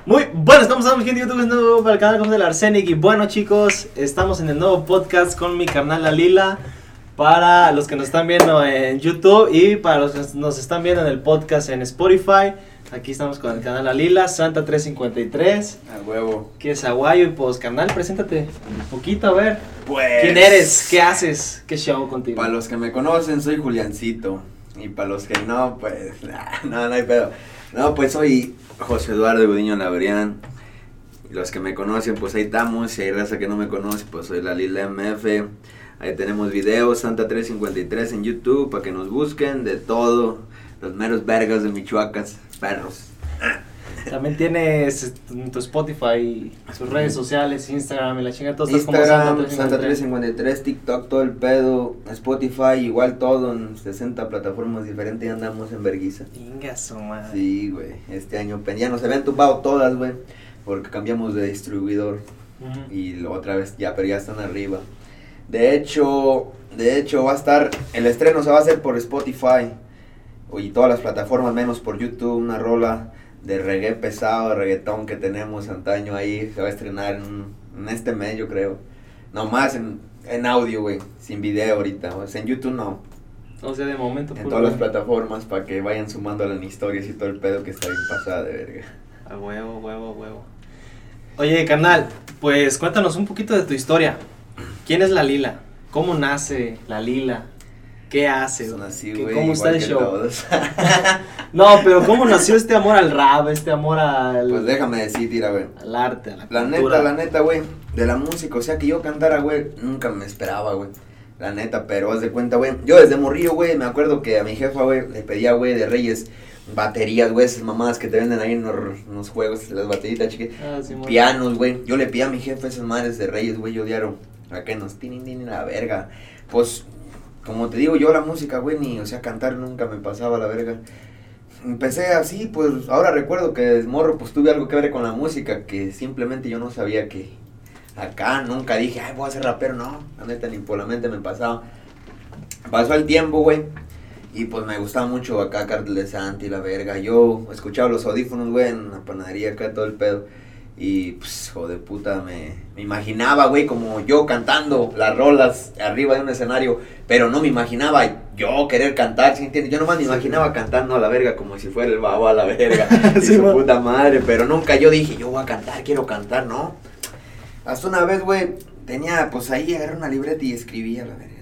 Muy bueno, estamos gente de YouTube, es nuevo para el canal como del Arsenic. Y bueno, chicos, estamos en el nuevo podcast con mi carnal La Lila. Para los que nos están viendo en YouTube y para los que nos están viendo en el podcast en Spotify. Aquí estamos con el canal La Lila, Santa 353. A huevo. Que es aguayo. Y pues, carnal, preséntate un poquito, a ver. Pues, ¿quién eres? ¿Qué haces? ¿Qué show contigo? Para los que me conocen, soy Juliancito. Y para los que no, pues, no hay pedo. No, pues soy José Eduardo Gudiño Laberian. Los que me conocen, pues ahí estamos. Si hay raza que no me conoce, pues soy La Lila MF. Ahí tenemos videos, Santa 353 en YouTube, para que nos busquen de todo. Los meros vergas de Michoacas, perros. También tienes tu Spotify, sus redes sociales, Instagram y la chingada, todo estás Instagram, como Santa 353, TikTok, todo el pedo, Spotify, igual todo en 60 plataformas diferentes y andamos en verguiza. Ingazo, madre. Sí, güey, este año ya nos habían tumbado todas, güey, porque cambiamos de distribuidor y otra vez ya, pero ya están arriba. De hecho va a estar, el estreno se va a hacer por Spotify y todas las plataformas menos por YouTube, una rola de reggae pesado, de reggaetón que tenemos antaño ahí, se va a estrenar en este mes yo creo, nomás en audio, güey, sin video ahorita, o sea, en YouTube no. O sea, de momento. En todas las plataformas para que vayan sumando las historias y todo el pedo que está bien pasada de verga. A huevo. Oye, carnal, pues cuéntanos un poquito de tu historia. ¿Quién es La Lila? ¿Cómo nace La Lila? ¿Qué hace? Son así, güey, ¿Cómo está el show? Todos. No, pero ¿cómo nació este amor al rap, este amor al... Pues déjame decir, tira, güey. Al arte, a la cultura. La neta, güey, de la música, o sea, que yo cantara, güey, nunca me esperaba, güey. La neta, pero haz de cuenta, güey, yo desde morrillo, güey, me acuerdo que a mi jefa, güey, le pedía, güey, de Reyes, baterías, güey, esas mamadas que te venden ahí en los juegos, las bateritas chiquitas, Sí, pianos, güey. Yo le pedía a mi jefa esas madres de Reyes, güey, yo diario, acá nos tienen la verga. Pues, como te digo, yo la música, güey, ni, o sea, cantar nunca me pasaba la verga. Empecé así, pues, ahora recuerdo que desde morro, pues, tuve algo que ver con la música, que simplemente yo no sabía que acá, nunca dije, ay, voy a ser rapero, no, la neta, ni por la mente me pasaba. Pasó el tiempo, güey, y pues me gustaba mucho acá Cartel de Santa y la verga. Yo escuchaba los audífonos, güey, en la panadería acá, todo el pedo. Y pues, hijo de puta, me imaginaba, güey, como yo cantando las rolas arriba de un escenario, pero no me imaginaba yo querer cantar, ¿sí entiendes? Yo nomás me imaginaba cantando a la verga como si fuera el babo a la verga, y Sí, su man. puta madre, pero nunca yo dije, yo voy a cantar, quiero cantar, ¿no? Hasta una vez, güey, tenía, pues ahí agarré una libreta y escribía la verga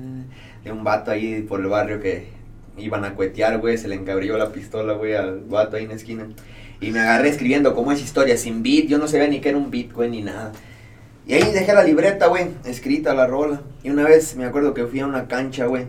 de un vato ahí por el barrio que iban a cuetear, güey, se le encabrió la pistola, güey, al vato ahí en la esquina. Y me agarré escribiendo como esa historia, sin beat, yo no sabía ni qué era un beat, güey, ni nada. Y ahí dejé la libreta, güey, escrita la rola. Y una vez me acuerdo que fui a una cancha, güey,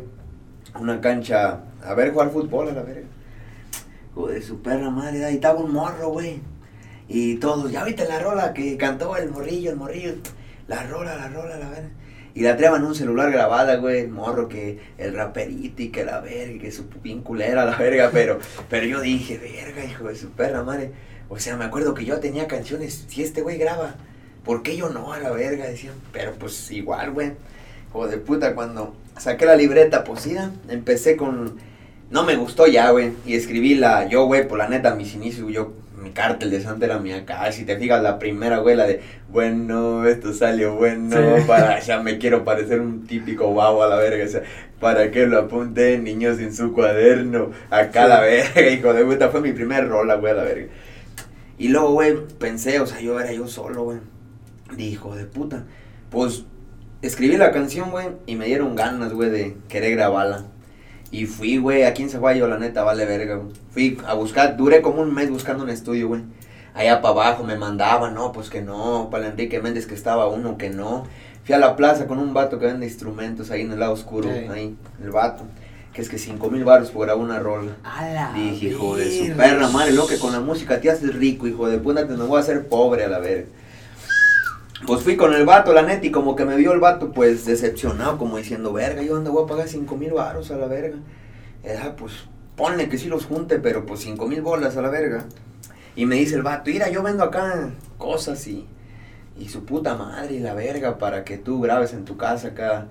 a ver jugar fútbol a la verga. Joder, su perra madre, ahí estaba un morro, güey. Y todos, ya viste la rola que cantó el morrillo, la rola, la verga. Y la traían en un celular grabada, güey, el morro, que el raperito y que la verga, que su bien culera la verga, pero yo dije, verga, hijo de su perra madre. O sea, me acuerdo que yo tenía canciones, si este güey graba, ¿por qué yo no a la verga? Decían, pero pues igual, güey, hijo de puta, cuando saqué la libreta, pues sí, empecé con, no me gustó ya, güey, y escribí yo, güey, por la neta, mis inicios, mi Cartel de Santa era mi acá, si te fijas la primera, güey, la de, bueno, esto salió bueno, sí. Ya me quiero parecer un típico babo a la verga, o sea, para que lo apunten niños en su cuaderno, acá sí. La verga, hijo de puta, fue mi primer rola, güey, a la verga. Y luego, güey, pensé, o sea, yo era yo solo, güey, hijo de puta, pues, escribí la canción, güey, y me dieron ganas, güey, de querer grabarla. Y fui, güey, aquí en Zaguayo, la neta, vale verga, güey. Fui a buscar, duré como un mes buscando un estudio, güey. Allá para abajo me mandaban, no, pues que no, para el Enrique Méndez que estaba uno, que no. Fui a la plaza con un vato que vende instrumentos ahí en el lado oscuro, ahí, el vato. Que es que 5,000 baros por grabar una rola. Dije, hijo de su perra madre, lo que con la música te haces rico, hijo de puta, te no voy a hacer pobre a la verga. Pues fui con el vato, la neta, y como que me vio el vato, pues, decepcionado, como diciendo, verga, ¿yo dónde voy a pagar 5,000 baros a la verga? Pues, ponle que sí los junte, pero pues 5,000 bolas a la verga. Y me dice el vato, mira, yo vendo acá cosas y su puta madre y la verga para que tú grabes en tu casa acá.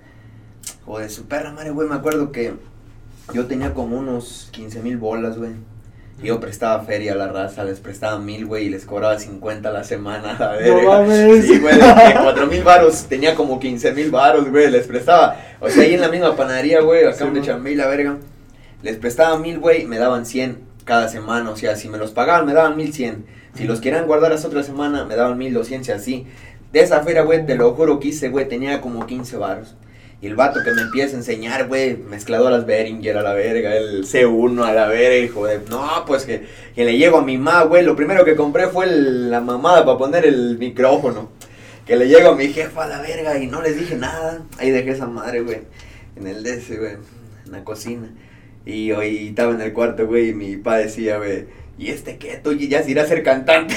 Joder, su perra madre, güey, me acuerdo que yo tenía como unos 15,000 bolas, güey. Yo prestaba feria a la raza, les prestaba 1,000, güey, y les cobraba 50 a la semana, a ver. No mames. Sí, güey, de 4,000 varos, tenía como 15,000 varos, güey, les prestaba. O sea, ahí en la misma panadería, güey, acá de Chambí, la verga. Les prestaba 1,000, güey, y me daban 100 cada semana. O sea, si me los pagaban, me daban 1,100. Si los querían guardar hasta otra semana, me daban 1,200 y así. De esa feria, güey, te lo juro que hice, güey, tenía como 15 varos. Y el vato que me empieza a enseñar, güey, mezcladoras Behringer a la verga, el C1 a la verga, hijo de... No, pues que le llego a mi mamá, güey, lo primero que compré fue la mamada para poner el micrófono. Que le llego a mi jefa a la verga y no les dije nada. Ahí dejé esa madre, güey, en el DS, güey, en la cocina. Y hoy estaba en el cuarto, güey, y mi papá decía, güey, ¿y este qué? Tú ya se irá a ser cantante.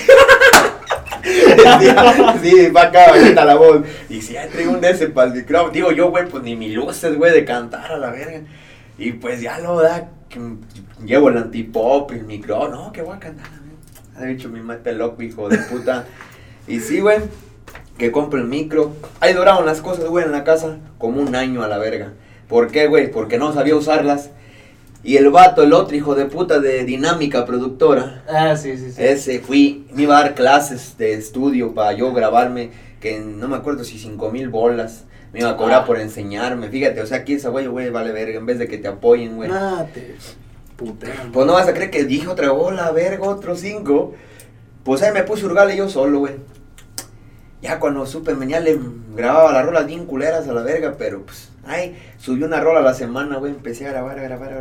Sí, va acá, bajita la voz. Y si ya traigo un DS para el micrófono. Digo yo, güey, pues ni mi luces, güey, de cantar a la verga. Y pues ya lo da, que llevo el antipop, el micrófono. No, que voy a cantar, ha dicho mi mate loco, hijo de puta. Y sí, güey, que compro el micro. Ahí duraron las cosas, güey, en la casa como 1 año a la verga. ¿Por qué, güey? Porque no sabía usarlas. Y el vato, el otro hijo de puta de Dinámica Productora. Ah, sí. Ese me iba a dar clases de estudio para yo grabarme, que no me acuerdo si 5,000 bolas me iba a cobrar por enseñarme. Fíjate, o sea, aquí esa güey, vale verga, en vez de que te apoyen, güey. Te putean. Pues no vas a creer que dije otra bola, verga, otros 5. Pues ahí me puse a hurgarle yo solo, güey. Ya cuando supe, venía, le grababa las rolas bien culeras a la verga, pero pues, ay, subí una rola a la semana, güey, empecé a grabar.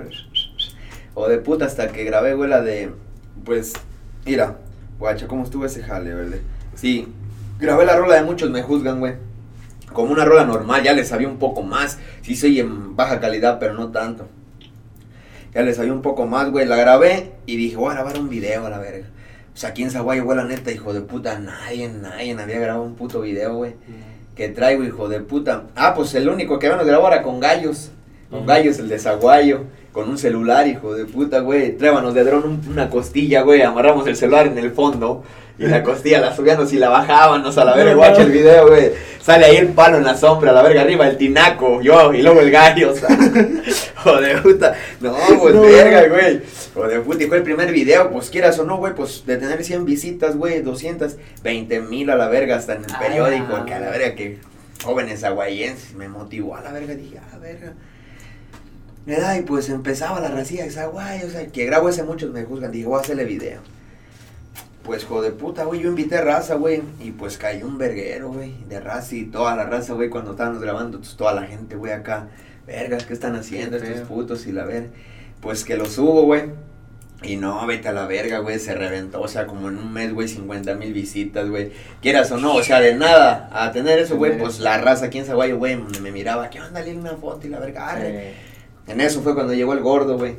O de puta hasta que grabé, güey, la de, pues, mira, guacha, cómo estuvo ese jale, ¿verdad? Sí, grabé la rola de Muchos Me Juzgan, güey. Como una rola normal, ya le sabía un poco más. Sí soy en baja calidad, pero no tanto. Ya le sabía un poco más, güey, la grabé y dije, voy a grabar un video a la verga. O sea, aquí en Zaguayo, güey, la neta, hijo de puta, nadie había grabado un puto video, güey. Que traigo, hijo de puta. Ah, pues el único que habíamos grabado era con Gallos. Con Gallos, el de Zaguayo. Con un celular, hijo de puta, güey. Tráibanos de dron una costilla, güey. Amarramos el celular en el fondo. Y la costilla la subíamos y la bajábamos a la verga. Guacha el video, güey. Sale ahí el palo en la sombra, a la verga arriba, el tinaco, yo, y luego el gallo, o sea. Joder, puta. No, pues no, verga, güey. Joder, puta. Y fue el primer video, pues quieras o no, güey, pues de tener 100 visitas, güey, 200, 20,000 a la verga, hasta en el periódico. Que a la verga, que jóvenes aguayenses, me motivó a la verga. Dije, a la verga. Y pues empezaba la racía de Zaguayo, o sea, que grabo ese Muchos Me Juzgan. Dije, voy a hacerle video. Pues, joder puta, güey, yo invité raza, güey, y pues cayó un verguero, güey, de raza y toda la raza, güey, cuando estábamos grabando, pues toda la gente, güey, acá, vergas, ¿qué están haciendo estos putos? Y la verga, pues que lo subo, güey, y no, vete a la verga, güey, se reventó, o sea, como en un mes, güey, 50,000 visitas, güey, quieras o no, o sea, de nada, a tener eso, güey, pues la raza aquí en Zaguayo, güey, me miraba, ¿qué onda, Lil, una foto? Y la verga, arre. En eso fue cuando llegó el gordo, güey,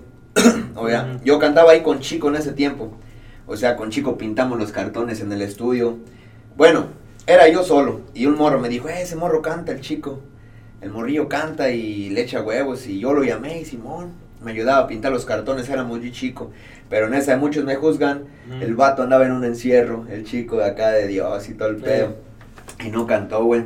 o sea, yo cantaba ahí con Chico en ese tiempo. O sea, con Chico pintamos los cartones en el estudio. Bueno, era yo solo. Y un morro me dijo, ese morro canta, el Chico. El morrillo canta y le echa huevos. Y yo lo llamé y Simón me ayudaba a pintar los cartones, era muy chico. Pero en esa de Muchos Me Juzgan, el vato andaba en un encierro. El chico de acá de Dios y todo el pedo. Y no cantó, güey.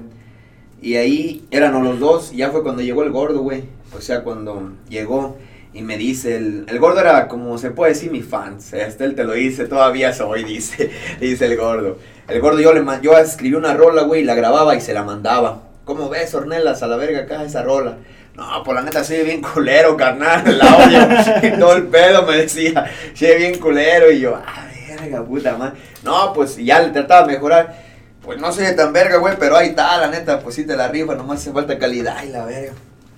Y ahí éramos los dos. Y ya fue cuando llegó el gordo, güey. O sea, cuando llegó... Y me dice, el gordo era como se puede decir mi fan, él te lo dice, todavía soy, dice el gordo. El gordo yo escribí una rola, güey, y la grababa y se la mandaba. ¿Cómo ves, Ornelas, a la verga acá esa rola? No, por la neta soy bien culero, carnal, la odio. Y todo el pedo me decía, soy bien culero. Y yo, verga, puta madre. No, pues ya le trataba de mejorar. Pues no soy tan verga, güey, pero ahí está, la neta, pues sí te la rifa, nomás hace falta calidad y la verga.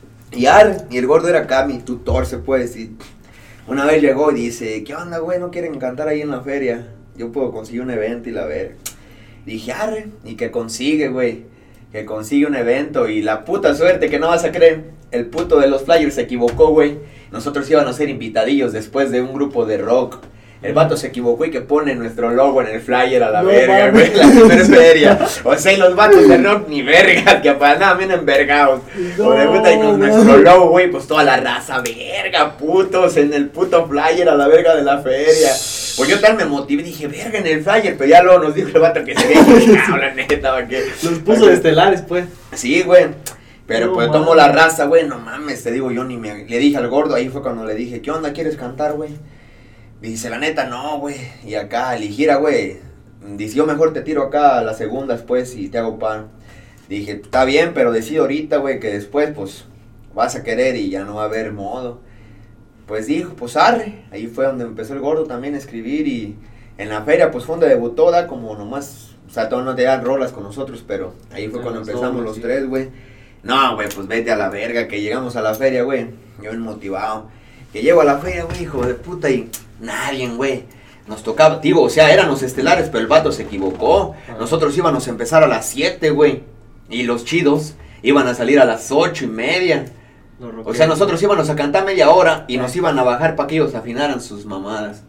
Y el gordo era acá mi tutor, se puede decir. Una vez llegó y dice, ¿qué onda, güey? ¿No quieren cantar ahí en la feria? Yo puedo conseguir un evento y la verga. Dije, y que consigue, güey. Que consigue un evento y la puta suerte que no vas a creer. El puto de los flyers se equivocó, güey. Nosotros íbamos a ser invitadillos después de un grupo de rock. El vato se equivocó y que pone nuestro logo en el flyer a la verga, güey, la primera feria. O sea, y los vatos de rock ni verga, que para nada bien envergados. O de puta, y nuestro logo, güey, pues toda la raza, verga, putos, en el puto flyer a la verga de la feria. Pues yo tal me motivé y dije, verga, en el flyer, pero ya luego nos dijo el vato que se veía, la neta, que los puso de estelares, pues. Sí, güey. Pero pues tomó la raza, güey, no mames, te digo, yo le dije al gordo, ahí fue cuando le dije, ¿qué onda, quieres cantar, güey? Dice, la neta, no, güey. Y acá, eligiera, güey. Dice, yo mejor te tiro acá a la segunda después y te hago pan. Dije, está bien, pero decido ahorita, güey, que después, pues, vas a querer y ya no va a haber modo. Pues dijo, pues arre. Ahí fue donde empezó el gordo también a escribir y en la feria, pues fue donde debutó, da como nomás, o sea, todos no te dan rolas con nosotros, pero ahí fue cuando empezamos los tres, güey. No, güey, pues vete a la verga, que llegamos a la feria, güey. Yo bien motivado. Que llego a la feria, güey, hijo de puta, y nadie, güey. Nos tocaba, digo, o sea, eran los estelares, pero el vato se equivocó. Nosotros íbamos a empezar a las 7, güey. Y los chidos iban a salir a las 8:30. O sea, nosotros íbamos a cantar media hora y nos iban a bajar para que ellos afinaran sus mamadas.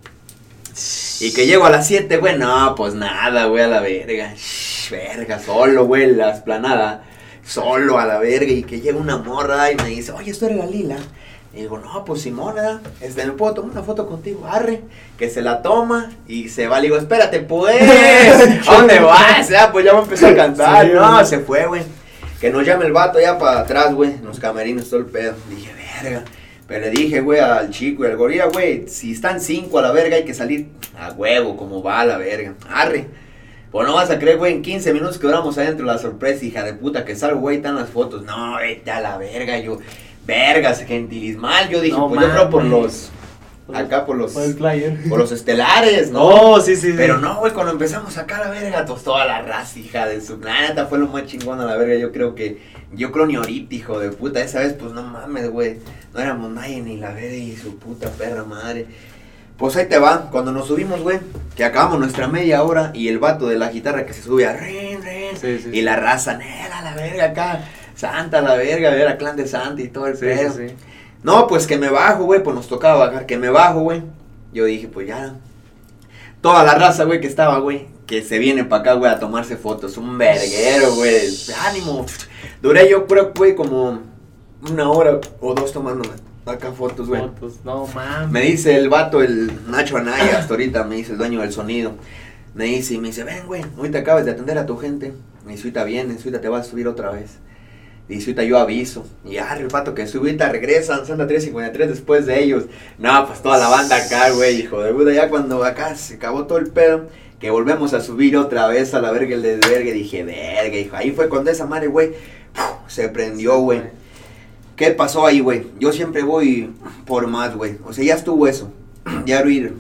Y que llego a las 7, güey, no, pues nada, güey, a la verga. Verga, solo, güey, la esplanada. Solo a la verga. Y que llega una morra y me dice, oye, ¿esto era la Lila? Y digo, no, pues Simona, ¿me puedo tomar una foto contigo? Arre, que se la toma y se va. Le digo, espérate, pues, ¿a dónde vas? Ya, pues ya va a empezar a cantar. Sí, no, se fue, güey. Que nos llame el vato ya para atrás, güey, en los camerinos, todo el pedo. Dije, verga. Pero le dije, güey, al chico y al gorila, güey, si están 5 a la verga hay que salir a huevo, como va a la verga. Arre. Pues no vas a creer, güey, en 15 minutos que duramos adentro la sorpresa, hija de puta, que salgo, güey, están las fotos. No, vete a la verga, yo... Vergas, gentilismal, yo dije, no, pues yo creo por los, acá por los, por los estelares, ¿no? Oh, sí. Pero no, güey, cuando empezamos acá a la verga, toda la raza, hija de su planeta, fue lo más chingón a la verga, yo creo ni ahorita, hijo de puta, esa vez, pues no mames, güey, no éramos nadie ni la verga y su puta perra madre. Pues ahí te va, cuando nos subimos, güey, que acabamos nuestra media hora y el vato de la guitarra que se sube a rin, sí. Y la raza, nela, la verga acá. Santa la verga, era clan de Santa y todo el pedo. Sí. No, pues que me bajo, güey, pues nos tocaba bajar, que me bajo, güey. Yo dije, pues ya. Toda la raza, güey, que estaba, güey, que se viene para acá, güey, a tomarse fotos. Un verguero, güey. Ánimo. Duré yo, creo, güey, como 1 hora o 2 tomándome acá fotos, güey. No mames. Me dice el vato, el Nacho Anaya, hasta ahorita me dice el dueño del sonido. Me dice, ven, güey, ahorita acabas de atender a tu gente. Me dice, ahorita vienes, ahorita te vas a subir otra vez. Dice, ahorita yo aviso. Y el pato que sube, ahorita regresan, Santa 353 después de ellos. No, pues toda la banda acá, güey, hijo de puta. Ya cuando acá se acabó todo el pedo, que volvemos a subir otra vez a la verga, el desvergue. Dije, verga, hijo. Ahí fue cuando esa madre, güey, se prendió, güey. ¿Qué pasó ahí, güey? Yo siempre voy por más, güey. O sea, ya estuvo eso. Ya ir.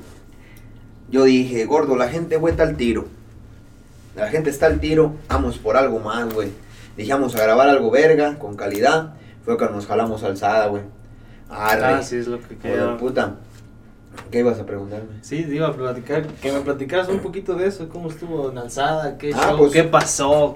Yo dije, gordo, la gente, güey, está al tiro. La gente está al tiro, vamos por algo más, güey. Dijimos a grabar algo verga, con calidad. Fue cuando nos jalamos alzada, güey. Ah, sí, es lo que quedó. Puta. ¿Qué ibas a preguntarme? Sí, te iba a platicar, que me platicaras un poquito de eso, cómo estuvo en alzada, qué show, pues, qué pasó.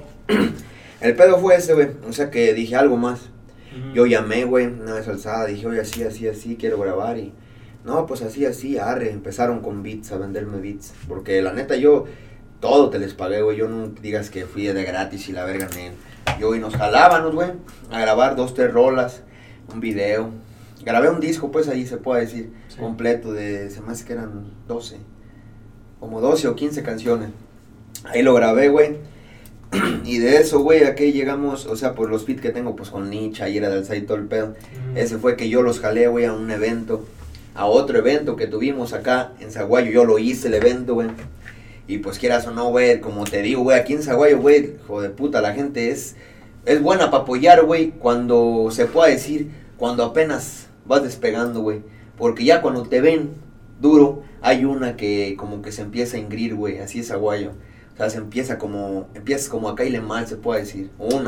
El pedo fue ese, güey, o sea que dije algo más. Yo llamé, güey, una vez alzada, dije, oye, así, quiero grabar y... No, pues así, arre, empezaron con beats, a venderme beats. Porque la neta yo, todo te les pagué, güey, yo no digas que fui de gratis y la verga, men. Yo y nos jalábamos, güey, a grabar 2, 3 rolas, un video. Grabé un disco, pues ahí se puede decir, sí, completo de, se me hace que eran 12, como 12 o 15 canciones. Ahí lo grabé, güey. Y de eso, güey, aquí llegamos, o sea, por los feats que tengo, pues con Nietzsche, ayer de Alzada y todo el pedo. Ese fue que yo los jalé, güey, a un evento, a otro evento que tuvimos acá en Zaguayo. Yo lo hice el evento, güey. Y pues quieras o no, güey, como te digo, güey, aquí en Zaguayo, güey, hijo de puta, la gente es buena para apoyar, güey, cuando se pueda decir, cuando apenas vas despegando, güey. Porque ya cuando te ven duro, hay una que como que se empieza a ingrir, güey, así es Zaguayo. O sea, empiezas como a caerle mal, se puede decir.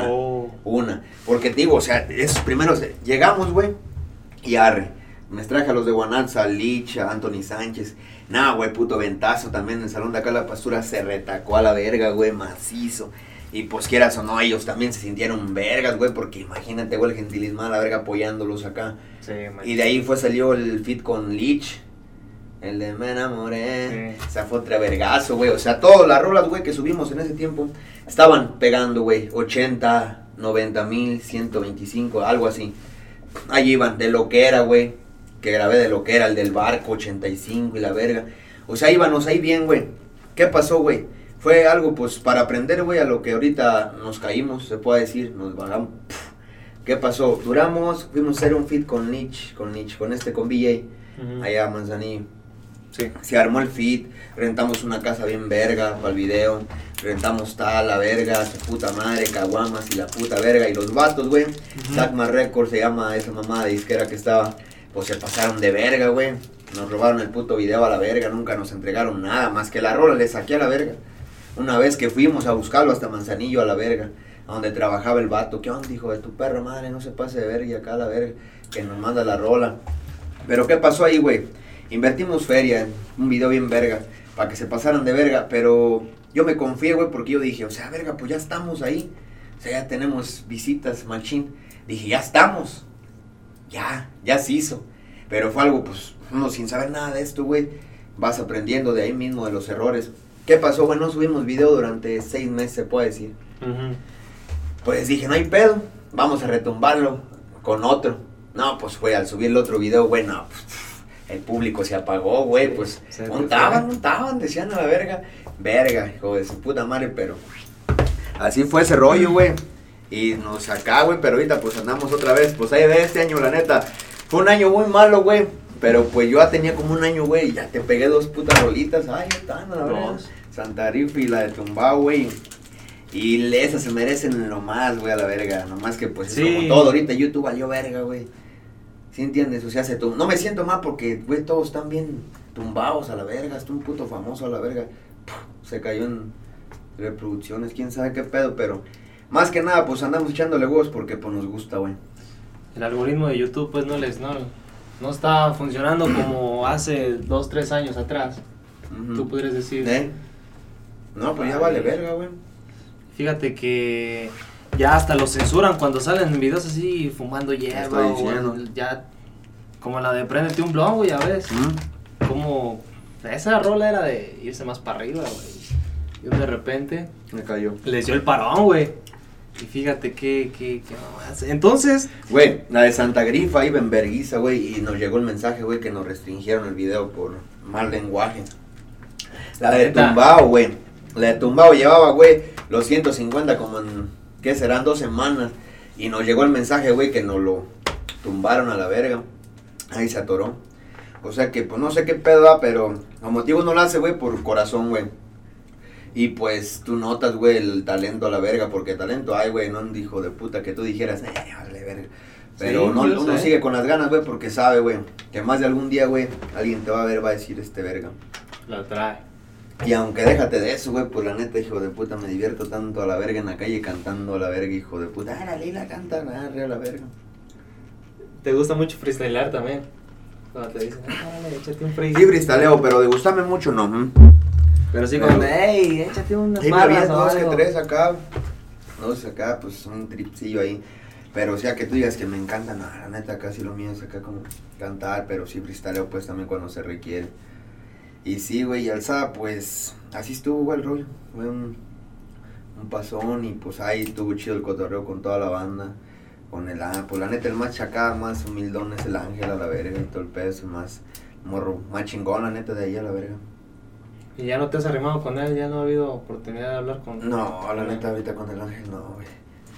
Una. Porque te digo, o sea, esos primeros, llegamos, güey, y arre. Me traje a los de Guanalza, Licha, Anthony Sánchez. Nah, güey, puto ventazo también. En el salón de acá la pastura se retacó a la verga, güey, macizo. Y pues quieras o no, ellos también se sintieron vergas, güey, porque imagínate, güey, el gentilismo a la verga apoyándolos acá. Sí, man. Y de ahí salió el feat con Lich. El de me enamoré. Sí. O sea, fue otra vergazo, güey. O sea, todas las rolas, güey, que subimos en ese tiempo estaban pegando, güey. 80, 90 mil, 125, algo así. Ahí iban, de lo que era, güey. Que grabé de lo que era, el del barco, 85 y la verga. O sea, íbamos ahí bien, güey. ¿Qué pasó, güey? Fue algo, pues, para aprender, güey, a lo que ahorita nos caímos, se puede decir. Nos bajamos. ¿Qué pasó? Duramos, fuimos a hacer un feat con Nietzsche, con BJ, allá a Manzanillo. Sí. Se armó el fit, rentamos una casa bien verga para el video, rentamos tal, la verga, su puta madre, caguamas y la puta verga, y los vatos, güey, Sacma Records se llama esa mamá de disquera que estaba, pues se pasaron de verga, güey, nos robaron el puto video a la verga, nunca nos entregaron nada, más que la rola, le saqué a la verga, una vez que fuimos a buscarlo hasta Manzanillo a la verga, a donde trabajaba el vato, ¿qué onda, hijo de tu perra madre, no se pase de verga, y acá a la verga, que nos manda la rola, pero ¿qué pasó ahí, güey? Invertimos feria en un video bien verga, para que se pasaran de verga, pero yo me confié, güey, porque yo dije, o sea, verga, pues ya estamos ahí, o sea, ya tenemos visitas, machín, dije, ya estamos, ya se hizo, pero fue algo, pues, uno sin saber nada de esto, güey, vas aprendiendo de ahí mismo, de los errores. ¿Qué pasó, güey? No subimos video durante 6 meses, se puede decir. Pues dije, no hay pedo, vamos a retumbarlo con otro. No, pues, güey, al subir el otro video, güey, no, pues, el público se apagó, güey, pues, montaban, decían a la verga, hijo de su puta madre, pero así fue ese rollo, güey, y nos acá, güey, pero ahorita, pues, andamos otra vez, pues, ahí de este año, la neta, fue un año muy malo, güey, pero, pues, yo ya tenía como un año, güey, y ya te pegué 2 putas rolitas, ay, están, la verdad, Santa Rifa y la de Tumbao, güey, y esas se merecen lo más, güey, a la verga, nomás que, pues, es como todo, ahorita YouTube valió verga, güey. ¿Sí entiendes? O sea, no me siento mal porque, güey, todos están bien tumbados a la verga, está un puto famoso a la verga. Se cayó en reproducciones, quién sabe qué pedo, pero más que nada, pues andamos echándole huevos porque pues nos gusta, güey. El algoritmo de YouTube, pues no está funcionando como hace 2, 3 años atrás. Tú podrías decir. No, pues ya vale verga, güey. Fíjate que ya hasta lo censuran cuando salen videos así fumando hierba o ya como la de préndete un blon, güey, ya ves. Como esa rola era de irse más para arriba, güey. Y de repente me cayó. Les dio el parón, güey. Y fíjate que entonces, güey, la de Santa Grifa iba en verguiza, güey, y nos llegó el mensaje, güey, que nos restringieron el video por mal lenguaje. La de Tumbao, güey. La de Tumbao llevaba, güey, los 150 como en, ¿qué serán? 2 semanas. Y nos llegó el mensaje, güey, que nos lo tumbaron a la verga. Ahí se atoró. O sea que, pues no sé qué pedo da, pero a motivo no lo hace, güey, por corazón, güey. Y pues tú notas, güey, el talento a la verga, porque talento hay, güey, no un hijo de puta que tú dijeras, vale verga. Pero sí, no, uno sigue con las ganas, güey, porque sabe, güey, que más de algún día, güey, alguien te va a ver, va a decir, verga. La trae. Y aunque déjate de eso, güey, pues la neta, hijo de puta, me divierto tanto a la verga en la calle cantando a la verga, hijo de puta. La Lila canta a la verga. ¿Te gusta mucho freestylear también? Cuando te dicen, échate un freestyle. Sí, freestyleo, pero de gustarme mucho, no. Pero sí, como, échate unas barras o algo. 2 que 3 acá. 2 acá, pues un tripsillo ahí. Pero o sea, que tú digas que me encanta, no, la neta, casi lo mío es acá como cantar, pero sí freestyleo pues también cuando se requiere. Y sí, güey, y alzada, pues, así estuvo, güey, el rollo. Fue un pasón y pues ahí estuvo chido el cotorreo con toda la banda. Con el pues la neta, el más chacá, más humildón es el Ángel a la verga y todo el peso, más morro, más chingón, la neta, de ahí a la verga. ¿Y ya no te has arrimado con él? ¿Ya no ha habido oportunidad de hablar con él? No, la neta, ahorita con el Ángel no, güey.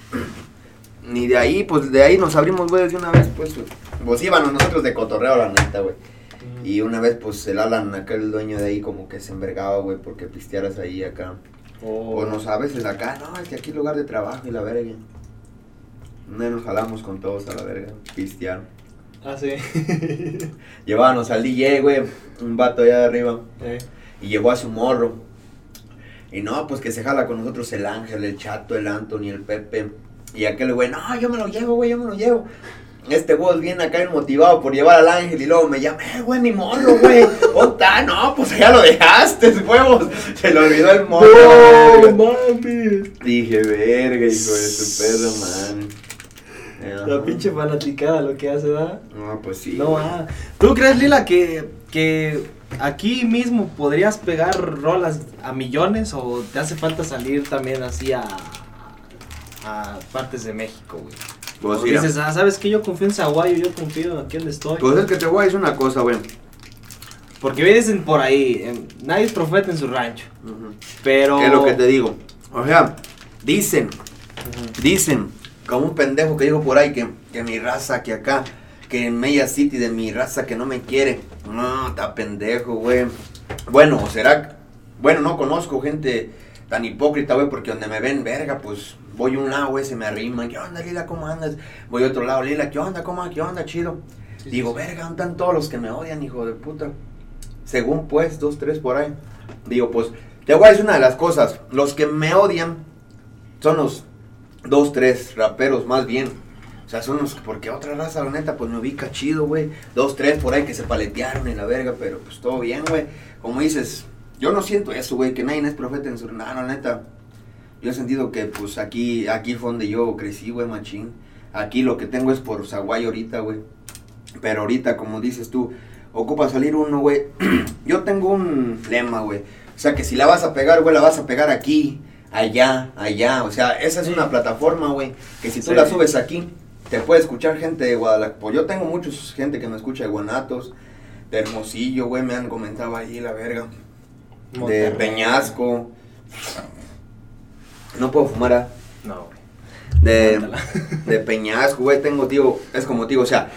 Ni de ahí, pues de ahí nos abrimos, güey, de una vez, pues íbamos nosotros de cotorreo, la neta, güey. Y una vez, pues, el Alan, acá el dueño de ahí, como que se envergaba, güey, porque pistearas ahí, acá. Pues, no sabes, el acá, no, es que aquí es lugar de trabajo y la verga. Nos jalamos con todos a la verga, pistear. Ah, sí. Llevábamos al DJ, güey, un vato allá de arriba. Y llevó a su morro. Y no, pues que se jala con nosotros el Ángel, el Chato, el Anthony, el Pepe. Y aquel güey, no, yo me lo llevo, güey, yo me lo llevo. Este güey viene acá motivado por llevar al Ángel y luego me llama, güey, mi morro, güey. ¿Dónde no, pues ya lo dejaste, huevos. Se le olvidó el morro. No, mami. Dije, verga, hijo de su perro, man. La pinche fanaticada lo que hace, ¿verdad? No, pues sí. No, ¿tú crees, Lila, que aquí mismo podrías pegar rolas a millones o te hace falta salir también así a partes de México, güey? Pues dices, ¿sabes qué? Yo confío en Zaguayo, yo confío en aquí donde estoy. Pues es que te voy a decir una cosa, güey. Porque dicen por ahí, nadie es profeta en su rancho. Pero... Es lo que te digo. O sea, dicen, como un pendejo que dijo por ahí que mi raza, que acá, que en Media City de mi raza que no me quiere. No, está pendejo, güey. Bueno, no conozco gente tan hipócrita, güey, porque donde me ven, verga, pues voy a un lado, güey, se me arriman. ¿Qué onda, Lila? ¿Cómo andas? Voy a otro lado, Lila, ¿qué onda? ¿Qué onda? Chido. Sí, digo, verga, ¿dónde están todos los que me odian, hijo de puta? Según, pues, 2, 3 por ahí. Digo, pues, te voy a decir una de las cosas. Los que me odian son los 2, 3 raperos, más bien. O sea, son los que, porque otra raza, la neta, pues me ubica chido, güey. 2, 3 por ahí que se paletearon en la verga, pero pues todo bien, güey. Como dices, yo no siento eso, güey, que nadie es profeta en su... No, la neta. Yo he sentido que, pues, aquí fue donde yo crecí, güey, machín. Aquí lo que tengo es por Zaguay ahorita, güey. Pero ahorita, como dices tú, ocupa salir uno, güey. Yo tengo un lema, güey. O sea, que si la vas a pegar, güey, la vas a pegar aquí, allá. O sea, esa es una plataforma, güey, que si tú la subes aquí, te puede escuchar gente de Guadalajara. Pues yo tengo muchos gente que me escucha de Guanatos, de Hermosillo, güey, me han comentado ahí la verga. De Peñasco. No puedo fumar, No, güey. De Peñasco, güey, tío, es como tío, o sea,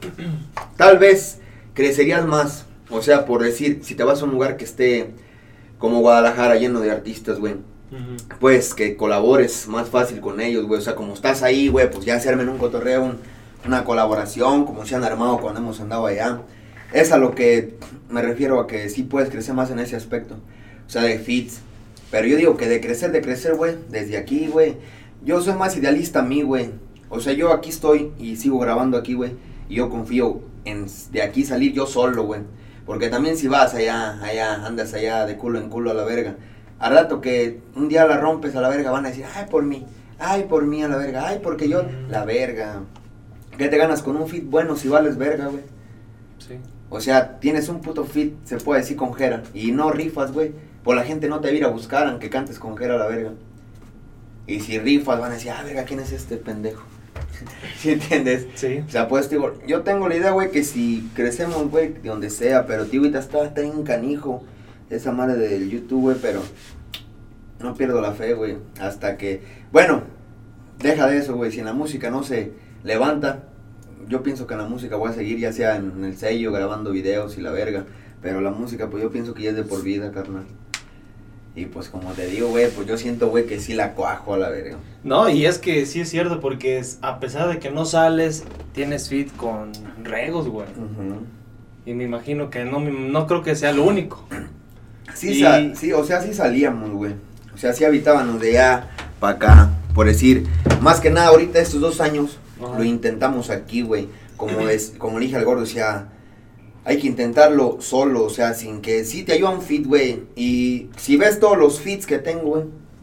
tal vez crecerías más, o sea, por decir, si te vas a un lugar que esté como Guadalajara lleno de artistas, güey, pues que colabores más fácil con ellos, güey, o sea, como estás ahí, güey, pues ya se armen un cotorreo, una colaboración, como se han armado cuando hemos andado allá. Es a lo que me refiero, a que sí puedes crecer más en ese aspecto, o sea, de feats. Pero yo digo que de crecer, güey, desde aquí, güey, yo soy más idealista a mí, güey. O sea, yo aquí estoy y sigo grabando aquí, güey, y yo confío en de aquí salir yo solo, güey. Porque también si vas allá, andas allá de culo en culo a la verga, al rato que un día la rompes a la verga, van a decir, ay, por mí a la verga, ay, porque yo, la verga. ¿Qué te ganas con un fit bueno si vales verga, güey? Sí. O sea, tienes un puto fit, se puede decir, con Jera, y no rifas, güey, pues la gente no te va a ir a buscar aunque cantes con Jera a la verga. Y si rifas, van a decir, verga, ¿quién es este pendejo? ¿Sí entiendes? Sí. O sea, pues, digo, yo tengo la idea, güey, que si crecemos, güey, de donde sea, pero, tío, ahorita está en canijo esa madre del YouTube, güey, pero no pierdo la fe, güey, hasta que, bueno, deja de eso, güey, si en la música no se levanta, yo pienso que en la música voy a seguir, ya sea en el sello, grabando videos y la verga, pero la música, pues, yo pienso que ya es de por vida, carnal. Y pues como te digo, güey, pues yo siento, güey, que sí la cuajo a la verga. No, y es que sí es cierto, porque a pesar de que no sales, tienes feat con Regos, güey. Y me imagino que no creo que sea lo único. Sí, sí, o sea, sí salíamos, güey. O sea, sí habitábamos de allá para acá. Por decir, más que nada, ahorita estos 2 años lo intentamos aquí, güey. Como le dije al gordo, o sea, hay que intentarlo solo, o sea, sin que sí te ayuda un feat, güey. Y si ves todos los feats que tengo, güey,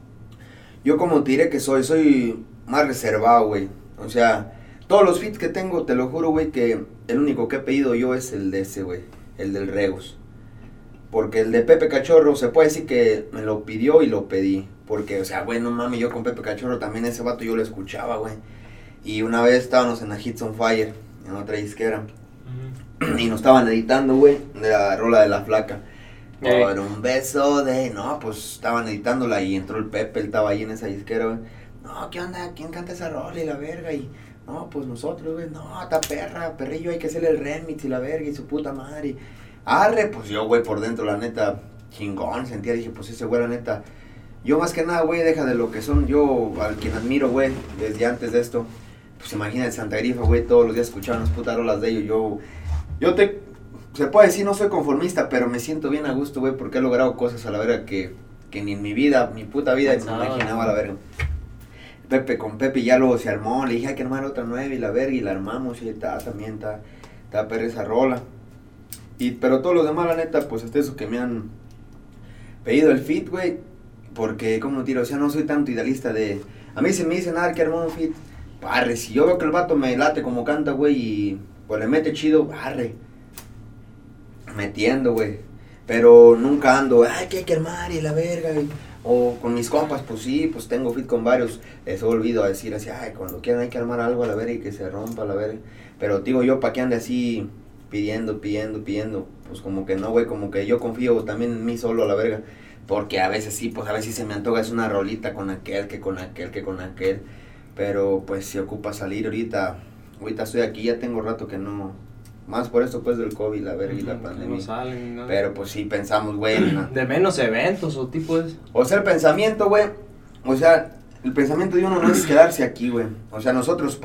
yo como te diré que soy más reservado, güey. O sea, todos los feats que tengo, te lo juro, güey, que el único que he pedido yo es el de ese, güey, el del Regos. Porque el de Pepe Cachorro, se puede decir que me lo pidió y lo pedí. Porque, o sea, güey, no mames, yo con Pepe Cachorro también ese vato yo lo escuchaba, güey. Y una vez estábamos en la Hits on Fire, en otra disquera. Y nos estaban editando, güey, de la rola de La Flaca. Por un beso de... No, pues estaban editándola y entró el Pepe, él estaba ahí en esa disquera, güey. No, ¿qué onda? ¿Quién canta esa rola y la verga? Y no, pues nosotros, güey. No, está perrillo, hay que hacerle el remix y la verga y su puta madre. Arre, pues yo, güey, por dentro, la neta, chingón, sentía, dije, pues ese güey, la neta. Yo más que nada, güey, deja de lo que son, yo, al quien admiro, güey, desde antes de esto. Pues imagina el Santa Grifa, güey, todos los días escuchando las putas rolas de ellos, se puede decir, no soy conformista, pero me siento bien a gusto, güey, porque he logrado cosas a la verga que ni en mi vida, mi puta vida, me imaginaba a la verga. Con Pepe ya luego se armó, le dije, hay que armar otra 9 y la verga, y la armamos, y también está perra esa rola. Pero todos los demás, la neta, pues hasta eso que me han pedido el feat, güey, porque, como tiro, o sea, no soy tanto idealista de... A mí se me dicen, que armó un feat, arre, si yo veo que el vato me late como canta, güey, y pues le mete chido, arre, metiendo, güey, pero nunca ando, que hay que armar y la verga, güey. O con mis compas, pues sí, pues tengo fit con varios, les he olvidado a decir así, cuando quieran hay que armar algo a la verga y que se rompa a la verga, pero digo yo, pa' que ande así, pidiendo, pues como que no, güey, como que yo confío también en mí solo a la verga, porque a veces sí, pues a veces se me antoja, es una rolita con aquel, que con aquel, pero pues si ocupa salir ahorita ahorita estoy aquí, ya tengo rato que no, más por esto pues del COVID, la verga y la pandemia. No salen, ¿no? Pero pues sí pensamos, güey. De menos eventos o tipo es. O sea, el pensamiento, güey, o sea, el pensamiento de uno no es quedarse aquí, güey. O sea, nosotros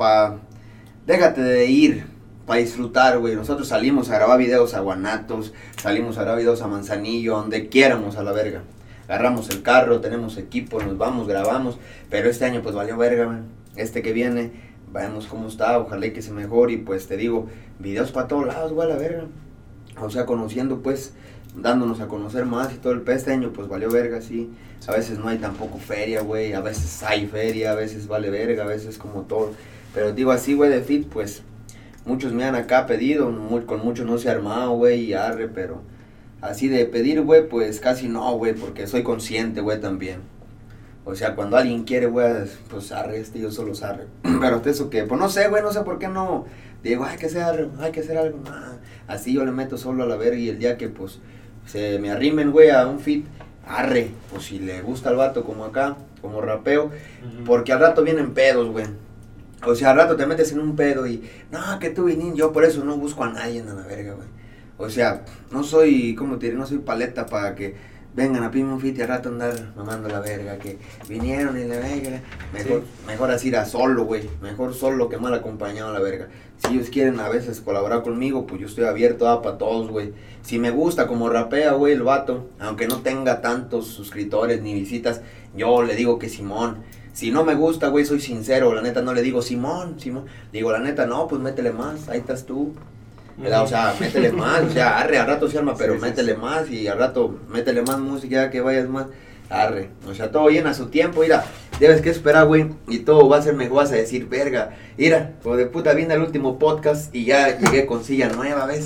déjate de ir, para disfrutar, güey. Nosotros salimos a grabar videos a Guanatos, salimos a grabar videos a Manzanillo, donde quieramos a la verga. Agarramos el carro, tenemos equipo, nos vamos, grabamos. Pero este año pues valió verga, güey. Este que viene, veamos cómo está, ojalá y que se mejore. Y pues te digo, videos para todos lados, güey, a la verga. O sea, conociendo pues, dándonos a conocer más y todo el este año pues valió verga, sí. A veces no hay tampoco feria, güey. A veces hay feria, a veces vale verga, a veces como todo. Pero digo así, güey, de fit, pues muchos me han acá pedido, con muchos no se ha armado, güey, y arre, pero así de pedir, güey, pues casi no, güey, porque soy consciente, güey, también. O sea, cuando alguien quiere, güey, pues arre, yo solo arre. Pero hasta eso que, pues no sé, güey, no sé por qué no, digo, hay que hacer algo, nah. Así yo le meto solo a la verga y el día que, pues, se me arrimen, güey, a un fit, arre, pues si le gusta al vato como acá, como rapeo, porque al rato vienen pedos, güey. O sea, al rato te metes en un pedo y, no, que tú viniste, yo por eso no busco a nadie en la verga, güey. O sea, no soy, ¿cómo te diré? No soy paleta para que vengan a pedirme un fit y al rato andar mamando la verga, que vinieron y la verga. Mejor así ir a solo, güey. Mejor solo que mal acompañado a la verga. Si ellos quieren a veces colaborar conmigo, pues yo estoy abierto para todos, güey. Si me gusta como rapea, güey, el vato, aunque no tenga tantos suscriptores ni visitas, yo le digo que Simón. Si no me gusta, güey, soy sincero, la neta no le digo Simón. Digo, la neta, no, pues métele más, ahí estás tú. O sea, métele más, o sea, arre, al rato se arma, pero métele más y al rato métele más música, que vayas más, arre. O sea, todo llena su tiempo, mira, debes que esperar, güey, y todo va a ser mejor, vas a decir, verga, mira, como de puta, viene el último podcast y ya llegué con silla nueva, ¿ves?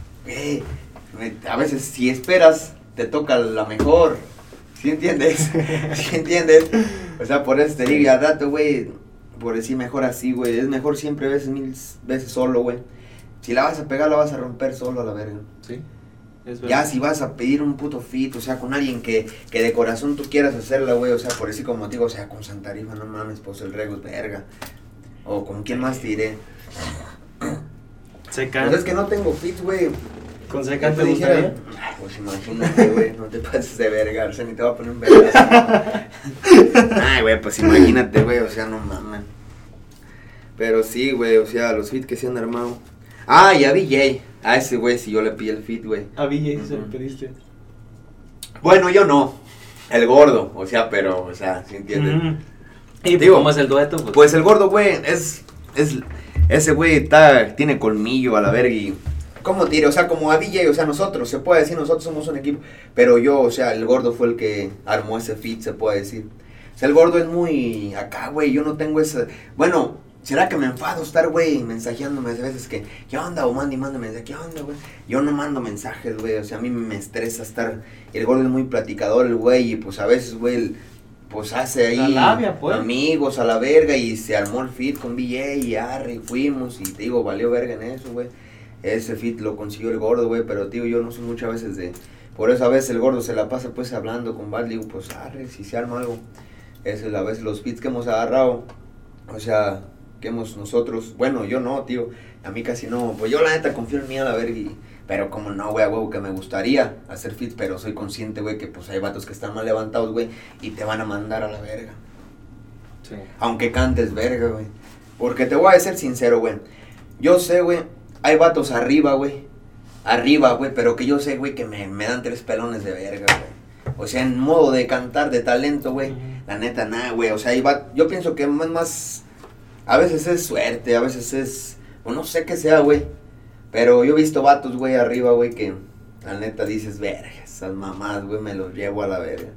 A veces si esperas, te toca la mejor. ¿Sí entiendes? ¿Sí entiendes? O sea, por eso te digo, y al rato, güey, por decir mejor así, güey, es mejor siempre mil veces solo, güey. Si la vas a pegar, la vas a romper solo a la verga. Sí, es verdad. Ya si vas a pedir un puto fit, o sea, con alguien que de corazón tú quieras hacerla, güey, o sea, por decir como digo, o sea, con Santa Rifa, no mames, pues el Rego es verga. O con quién más te diré. Secan. Pues es que no tengo fit, güey. ¿Con Secan te gustaría? Ay, pues imagínate, güey, no te pases de verga, o sea, ni te va a poner un verga. Ay, güey, pues imagínate, güey, o sea, no mames. Pero sí, güey, o sea, los fit que se han armado. Ah, y a BJ. A ese güey, si yo le pillé el fit, güey. A BJ se lo pediste. Bueno, yo no. El gordo, o sea, pero, o sea, ¿sí entiendes? ¿Y digo, cómo es el dueto? Pues el gordo, güey, ese güey tiene colmillo a la verga y... ¿Cómo te diré? O sea, como a BJ, o sea, nosotros, se puede decir, nosotros somos un equipo. Pero yo, o sea, el gordo fue el que armó ese fit, se puede decir. O sea, el gordo es muy acá, güey, yo no tengo esa... Bueno, ¿será que me enfado estar, güey, mensajeándome a veces que... ¿Qué onda? O manda mensaje, ¿qué onda, güey? Yo no mando mensajes, güey, o sea, a mí me estresa estar... El gordo es muy platicador, el güey, y pues a veces, güey, pues hace ahí... La labia, pues. Amigos a la verga y se armó el fit con BJ y arre, y fuimos y te digo, valió verga en eso, güey. Ese fit lo consiguió el gordo, güey, pero tío, yo no soy muchas veces de... Por eso a veces el gordo se la pasa pues hablando con Bad, digo, pues arre, si se arma algo. Eso es a veces los fits que hemos agarrado, o sea, que hemos nosotros, bueno, yo no, tío, a mí casi no, pues yo la neta confío en mí a la verga, pero como no, güey, a huevo, que me gustaría hacer fits, pero soy consciente, güey, que pues hay vatos que están mal levantados, güey, y te van a mandar a la verga. Sí. Aunque cantes verga, güey, porque te voy a ser sincero, güey, yo sé, güey, hay vatos arriba, güey, pero que yo sé, güey, que me dan 3 pelones de verga, güey. O sea, en modo de cantar, de talento, güey, la neta, nada, güey, o sea, yo pienso que más, a veces es suerte, a veces es, o no sé qué sea, güey, pero yo he visto vatos, güey, arriba, güey, que la neta dices, verga, esas mamás, güey, me los llevo a la verga.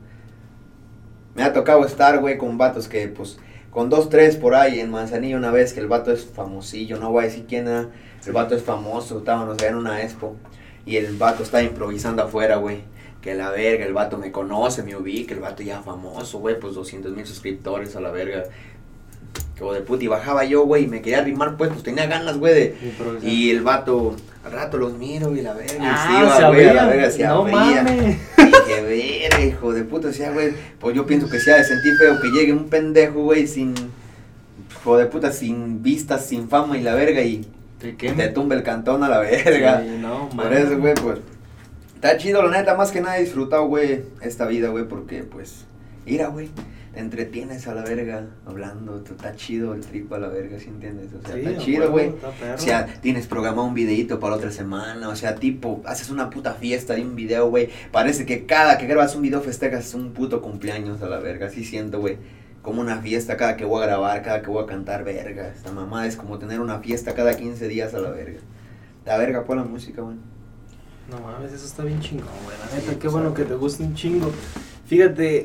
Me ha tocado estar, güey, con vatos que, pues, con 2, 3 por ahí en Manzanillo una vez, que el vato es famosillo, no voy a decir quién era, el vato es famoso, estábamos allá en una expo, y el vato estaba improvisando afuera, güey, que la verga, el vato me conoce, me ubica, el vato ya famoso, güey, pues 200,000 suscriptores a la verga, como de puta, y bajaba yo, güey, y me quería arrimar, pues tenía ganas, güey, de, y el vato, al rato los miro, y la verga, y se iba, güey, a la verga, se abría, y que verga, hijo de puta, o sea, güey, pues yo pienso que se ha de sentir feo que llegue un pendejo, güey, sin hijo de puta, sin vistas, sin fama y la verga, y te tumba el cantón a la verga. Sí, no, por eso, güey, pues, está chido, la neta, más que nada he disfrutado, güey, esta vida, güey, porque, pues, mira, güey, te entretienes a la verga hablando, está chido el tripo a la verga, ¿sí entiendes? O sea, Sí, está chido, güey. o sea, tienes programado un videito para otra semana, o sea, tipo, haces una puta fiesta de un video, güey. Parece que cada que grabas un video festejas un puto cumpleaños a la verga, así siento, güey. Como una fiesta cada que voy a grabar, cada que voy a cantar, verga. Esta mamá es como tener una fiesta cada 15 días a la verga. La verga, pon la música, güey. No mames, eso está bien chingón, güey. La neta, qué bueno que te guste un chingo. Fíjate,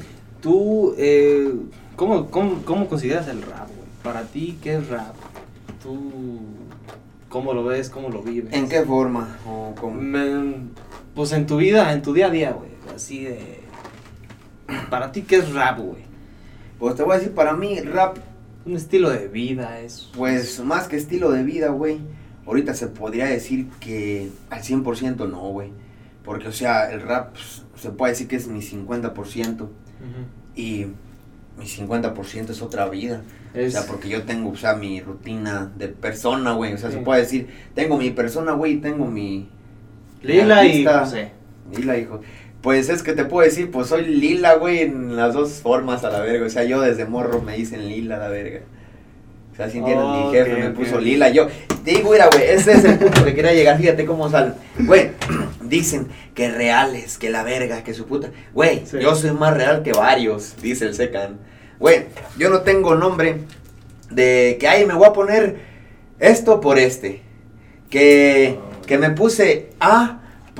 tú, ¿cómo consideras el rap, güey? Para ti, ¿qué es rap? ¿Tú cómo lo ves, cómo lo vives? ¿En qué forma? ¿O cómo? Pues en tu vida, en tu día a día, güey. Así de... Para ti, ¿qué es rap, güey? Pues te voy a decir, para mí, rap... Un estilo de vida, es... Pues, más que estilo de vida, güey. Ahorita se podría decir que al 100% no, güey. Porque, o sea, el rap pues, se puede decir que es mi 50%. Y mi 50% es otra vida. O sea, porque yo tengo, o sea, mi rutina de persona, güey. O sea, se puede decir, tengo mi persona, güey, y tengo mi... Lila y José. Lila, hijo. Pues es que te puedo decir, pues soy Lila, güey, en las dos formas a la verga. O sea, yo desde morro me dicen Lila a la verga. O sea, si entiendes, mi jefe me puso Lila. Yo te digo, mira, güey, ese es el punto que quería llegar. Fíjate cómo salen. Güey, dicen que reales, que la verga, que su puta. Güey, yo soy más real que varios, dice el Secan. Güey, yo no tengo nombre de que, ay, me voy a poner esto por este. Que me puse A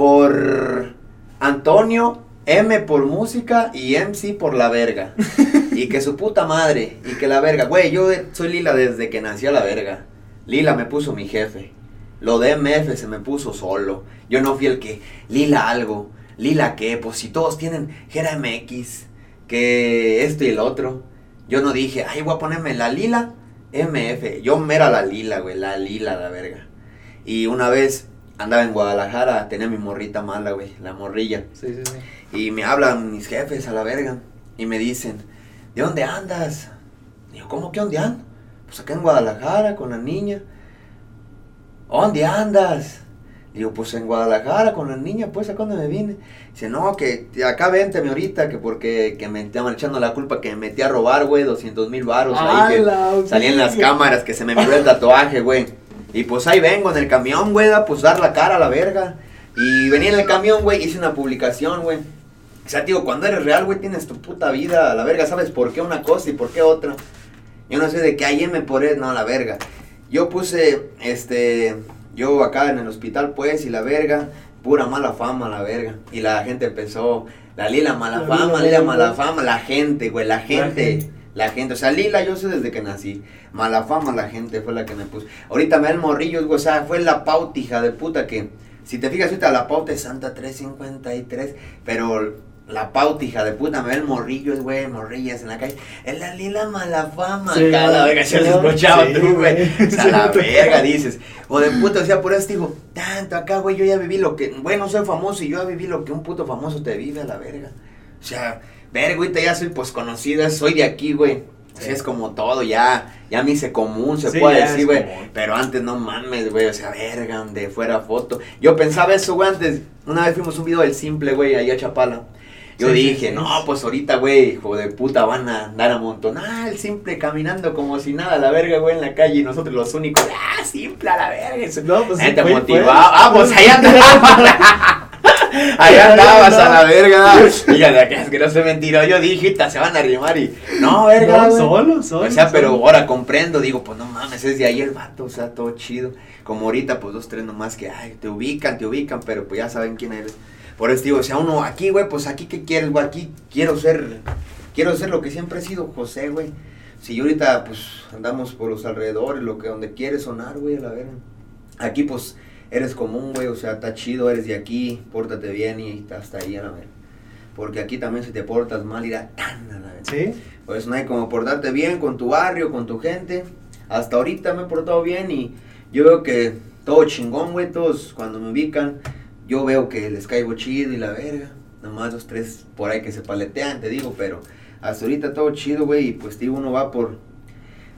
por Antonio, M por música y MC por la verga. Y que su puta madre, y que la verga. Güey, yo soy Lila desde que nací a la verga. Lila me puso mi jefe. Lo de MF se me puso solo. Yo no fui el que, Lila algo. Lila qué, pues si todos tienen Gera MX, que esto y el otro. Yo no dije, ay, voy a ponerme la Lila MF. Yo me era la Lila, güey, la Lila, la verga. Y una vez andaba en Guadalajara, tenía mi morrita mala, güey, la morrilla. Sí. Y me hablan mis jefes a la verga. Y me dicen, ¿de dónde andas? Digo, ¿cómo que dónde ando? Pues acá en Guadalajara con la niña. ¿Dónde andas? Digo, pues en Guadalajara con la niña, pues, ¿a cuándo me vine? Dice, no, que acá vénteme ahorita, que porque que me estaban echando la culpa que me metí a robar, güey, 200,000 varos ahí, que salían en las cámaras, que se me miró el tatuaje, güey. Y pues ahí vengo en el camión, güey, pues dar la cara a la verga. Y venía en el camión, güey, hice una publicación, güey. O sea, tío, cuando eres real, güey, tienes tu puta vida a la verga, ¿sabes por qué una cosa y por qué otra? Yo no sé de qué hay M por él, no, la verga. Yo puse, yo acá en el hospital, pues, y la verga, pura mala fama, la verga. Y la gente empezó, la Lila mala fama, Lila mala fama, la gente, güey, la gente. O sea, Lila yo sé desde que nací. Mala fama la gente fue la que me puso. Ahorita me da el morrillo, güey, o sea, fue la pauta, hija de puta, que... Si te fijas ahorita la pauta es Santa 353, pero la pauta, hija de puta, me ve el morrillo, güey, morrillas en la calle. Es la Lila mala fama, sí, acá, la verga, se lo escuchaba tú, güey. O sea, la sí, verga, dices. O de puta, o sea, por eso digo, tanto acá, güey, yo ya viví lo que... Bueno, soy famoso y yo ya viví lo que un puto famoso te vive a la verga. O sea, verga, ahorita ya soy, pues, conocida, soy de aquí, güey. Sí, es como todo, ya me hice común, se puede decir, güey. Pero antes no mames, güey, o sea, verga, donde fuera foto. Yo pensaba eso, güey, antes. Una vez fuimos un video del Simple, güey, allá a Chapala. Yo dije, no, pues ahorita, güey, hijo de puta, van a andar a montonar el Simple caminando como si nada, la verga, güey, en la calle. Y nosotros los únicos, Simple a la verga. No, pues sí, motivado. Pues ahí andaba. Ahí andabas a la verga. Fíjate, que es que no se mentiró. Yo dije, se van a arrimar y. No, verga. No, solo. O sea, pero ahora comprendo. Digo, pues no mames, es de ahí el vato. O sea, todo chido. Como ahorita, pues 2, 3 nomás que, ay, te ubican, pero pues ya saben quién eres. Por eso digo, o sea, uno aquí, güey, pues aquí, ¿qué quieres, güey? Aquí quiero ser lo que siempre he sido, José, güey. Si yo ahorita, pues andamos por los alrededores, donde quieres sonar, güey, a la verga. Aquí, pues. Eres común, güey, o sea, está chido, eres de aquí, pórtate bien y hasta ahí a la verga. Porque aquí también si te portas mal irá tan a la verga. ¿Sí? Pues no hay como portarte bien con tu barrio, con tu gente. Hasta ahorita me he portado bien y yo veo que todo chingón, güey, todos cuando me ubican, yo veo que les caigo chido y la verga. Nomás 2, 3 por ahí que se paletean, te digo, pero hasta ahorita todo chido, güey, y pues digo, uno va por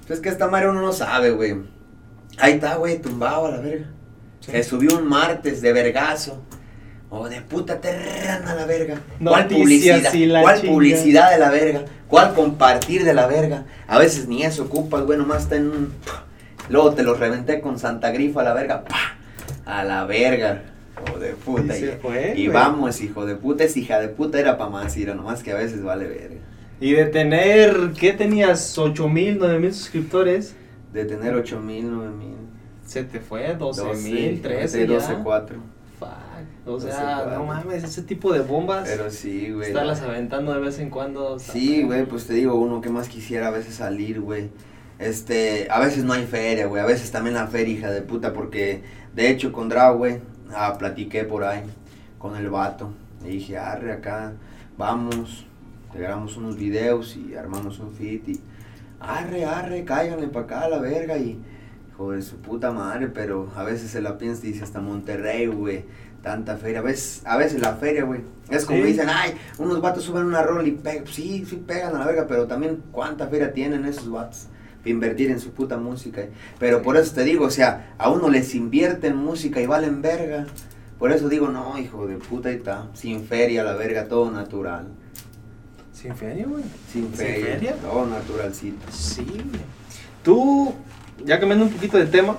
Pues que esta madre uno no sabe, güey. Ahí está, güey, tumbado a la verga. Sí. Se subió un martes de vergazo. O de puta terrana a la verga. ¿Cuál publicidad? ¿Cuál publicidad de la verga? ¿Cuál compartir de la verga? A veces ni eso ocupas, güey, nomás está en un... Luego te lo reventé con Santa Grifa a la verga. ¡Pah! A la verga. Hijo de puta. Y vamos, hijo de puta. Es hija de puta, era pa' más, Ira, nomás que a veces vale verga. Y de tener, ¿qué tenías? 8,000, 9,000 suscriptores. De tener 8,000, 9,000. Se te fue 12,000, 13 ya. 12,4. Fuck. O sea, no mames, ese tipo de bombas. Pero sí, güey. Estarlas aventando de vez en cuando. Sí, güey, pues te digo, uno que más quisiera a veces salir, güey. A veces no hay feria, güey. A veces también la feria, hija de puta, porque de hecho con Drao, güey, platiqué por ahí con el vato. Le dije, arre, acá, vamos, te grabamos unos videos y armamos un fit y arre, cáiganle pa' acá a la verga y hijo de su puta madre, pero a veces se la piensa y dice hasta Monterrey, güey, tanta feria, a veces la feria, güey, es como que dicen, ay, unos vatos suben una rola y pegan, sí pegan a la verga, pero también cuánta feria tienen esos vatos para invertir en su puta música, pero por eso te digo, o sea, a uno les invierte en música y valen verga, por eso digo, no, hijo de puta, y está, sin feria, la verga, todo natural. ¿Sin feria, güey? Sin feria, todo naturalcito. Sí, güey. Tú, ya cambiando un poquito de tema,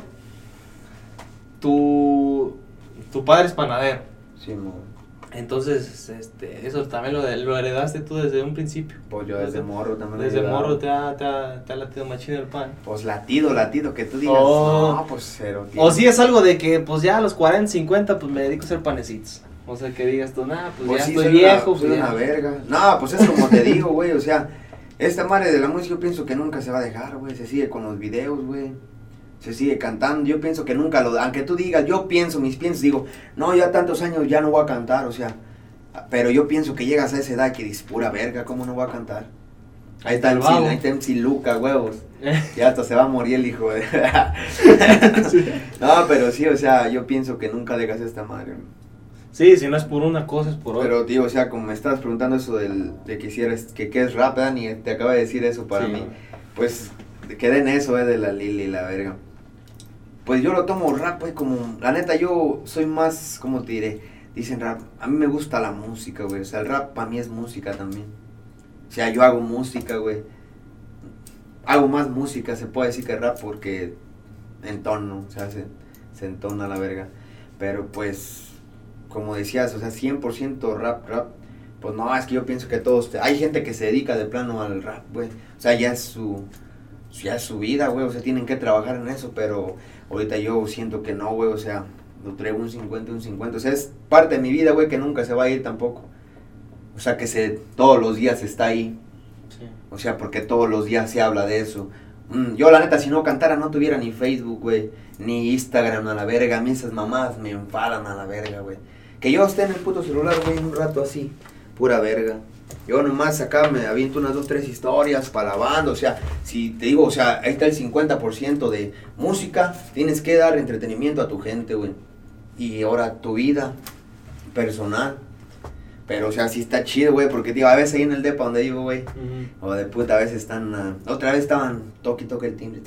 tu padre es panadero. Sí, mo. Entonces, eso también lo heredaste tú desde un principio. Pues yo desde morro también. Desde morro te ha latido machín el pan. Pues latido, que tú digas, no, pues cero. Tío. O si es algo de que, pues ya a los 40, 50, pues me dedico a hacer panecitos. O sea, que digas tú, pues ya sí, estoy viejo. Soy una verga. No, pues es como te digo, güey, o sea, esta madre de la música yo pienso que nunca se va a dejar, güey, se sigue con los videos, güey. Se sigue cantando, yo pienso que nunca aunque tú digas, yo pienso, digo, no, ya tantos años ya no voy a cantar, o sea, pero yo pienso que llegas a esa edad que dices, pura verga, ¿cómo no voy a cantar? Ahí está MC Luca, huevos, ya hasta se va a morir el hijo de... No, pero sí, o sea, yo pienso que nunca dejas esta madre. Sí, si no es por una cosa, es por otra. Pero, tío, o sea, como me estabas preguntando eso de que qué es rap, Dani, te acaba de decir eso para mí, pues, quedé en eso, de la Lili, la verga. Pues yo lo tomo rap, pues, como, la neta, yo soy más, ¿cómo te diré? Dicen rap, a mí me gusta la música, güey, o sea, el rap para mí es música también. O sea, yo hago música, güey. Hago más música, se puede decir que rap, porque entono, o sea, se entona la verga. Pero, pues, como decías, o sea, 100% rap, pues no, es que yo pienso que todos, hay gente que se dedica de plano al rap, güey. O sea, ya es su vida, güey, o sea, tienen que trabajar en eso, pero ahorita yo siento que no, güey, o sea, lo traigo un 50, o sea, es parte de mi vida, güey, que nunca se va a ir tampoco. O sea, que todos los días está ahí. Sí. O sea, porque todos los días se habla de eso. Yo, la neta, si no cantara, no tuviera ni Facebook, güey, ni Instagram, a la verga. A mí esas mamás me enfadan a la verga, güey. Que yo esté en el puto celular, güey, un rato así, pura verga. Yo nomás acá me aviento unas 2, 3 historias para la banda, o sea, si te digo, o sea, ahí está el 50% de música, tienes que dar entretenimiento a tu gente, güey. Y ahora tu vida personal. Pero, o sea, sí está chido, güey, porque, tío, a veces ahí en el depa donde vivo, güey, o de puta, a veces están, otra vez estaban, toque el timbre,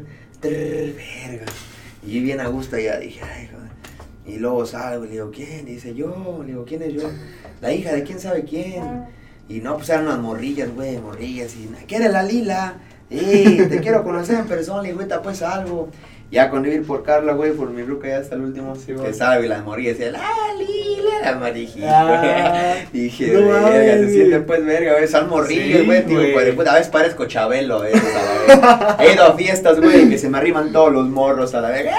verga. Y bien a gusto ya dije, ay, joder. Y luego salgo y le digo, ¿quién? Y dice, yo, le digo, ¿quién es yo? La hija de quién sabe quién. Y no, pues eran unas morrillas, güey, y, ¿qué eres la Lila? Te quiero conocer en persona, y güey, pues algo. Ya con ir por Carla, güey, por mi ruca ya hasta el último, sí, que sabe, y las morrillas decían, la Lila, la marijita. Dije, no, verga, se siente pues verga, güey, son morrillas, güey, tío, pues, a veces parezco Chabelo, a la he ido a fiestas, güey, que se me arriman todos los morros a la verga.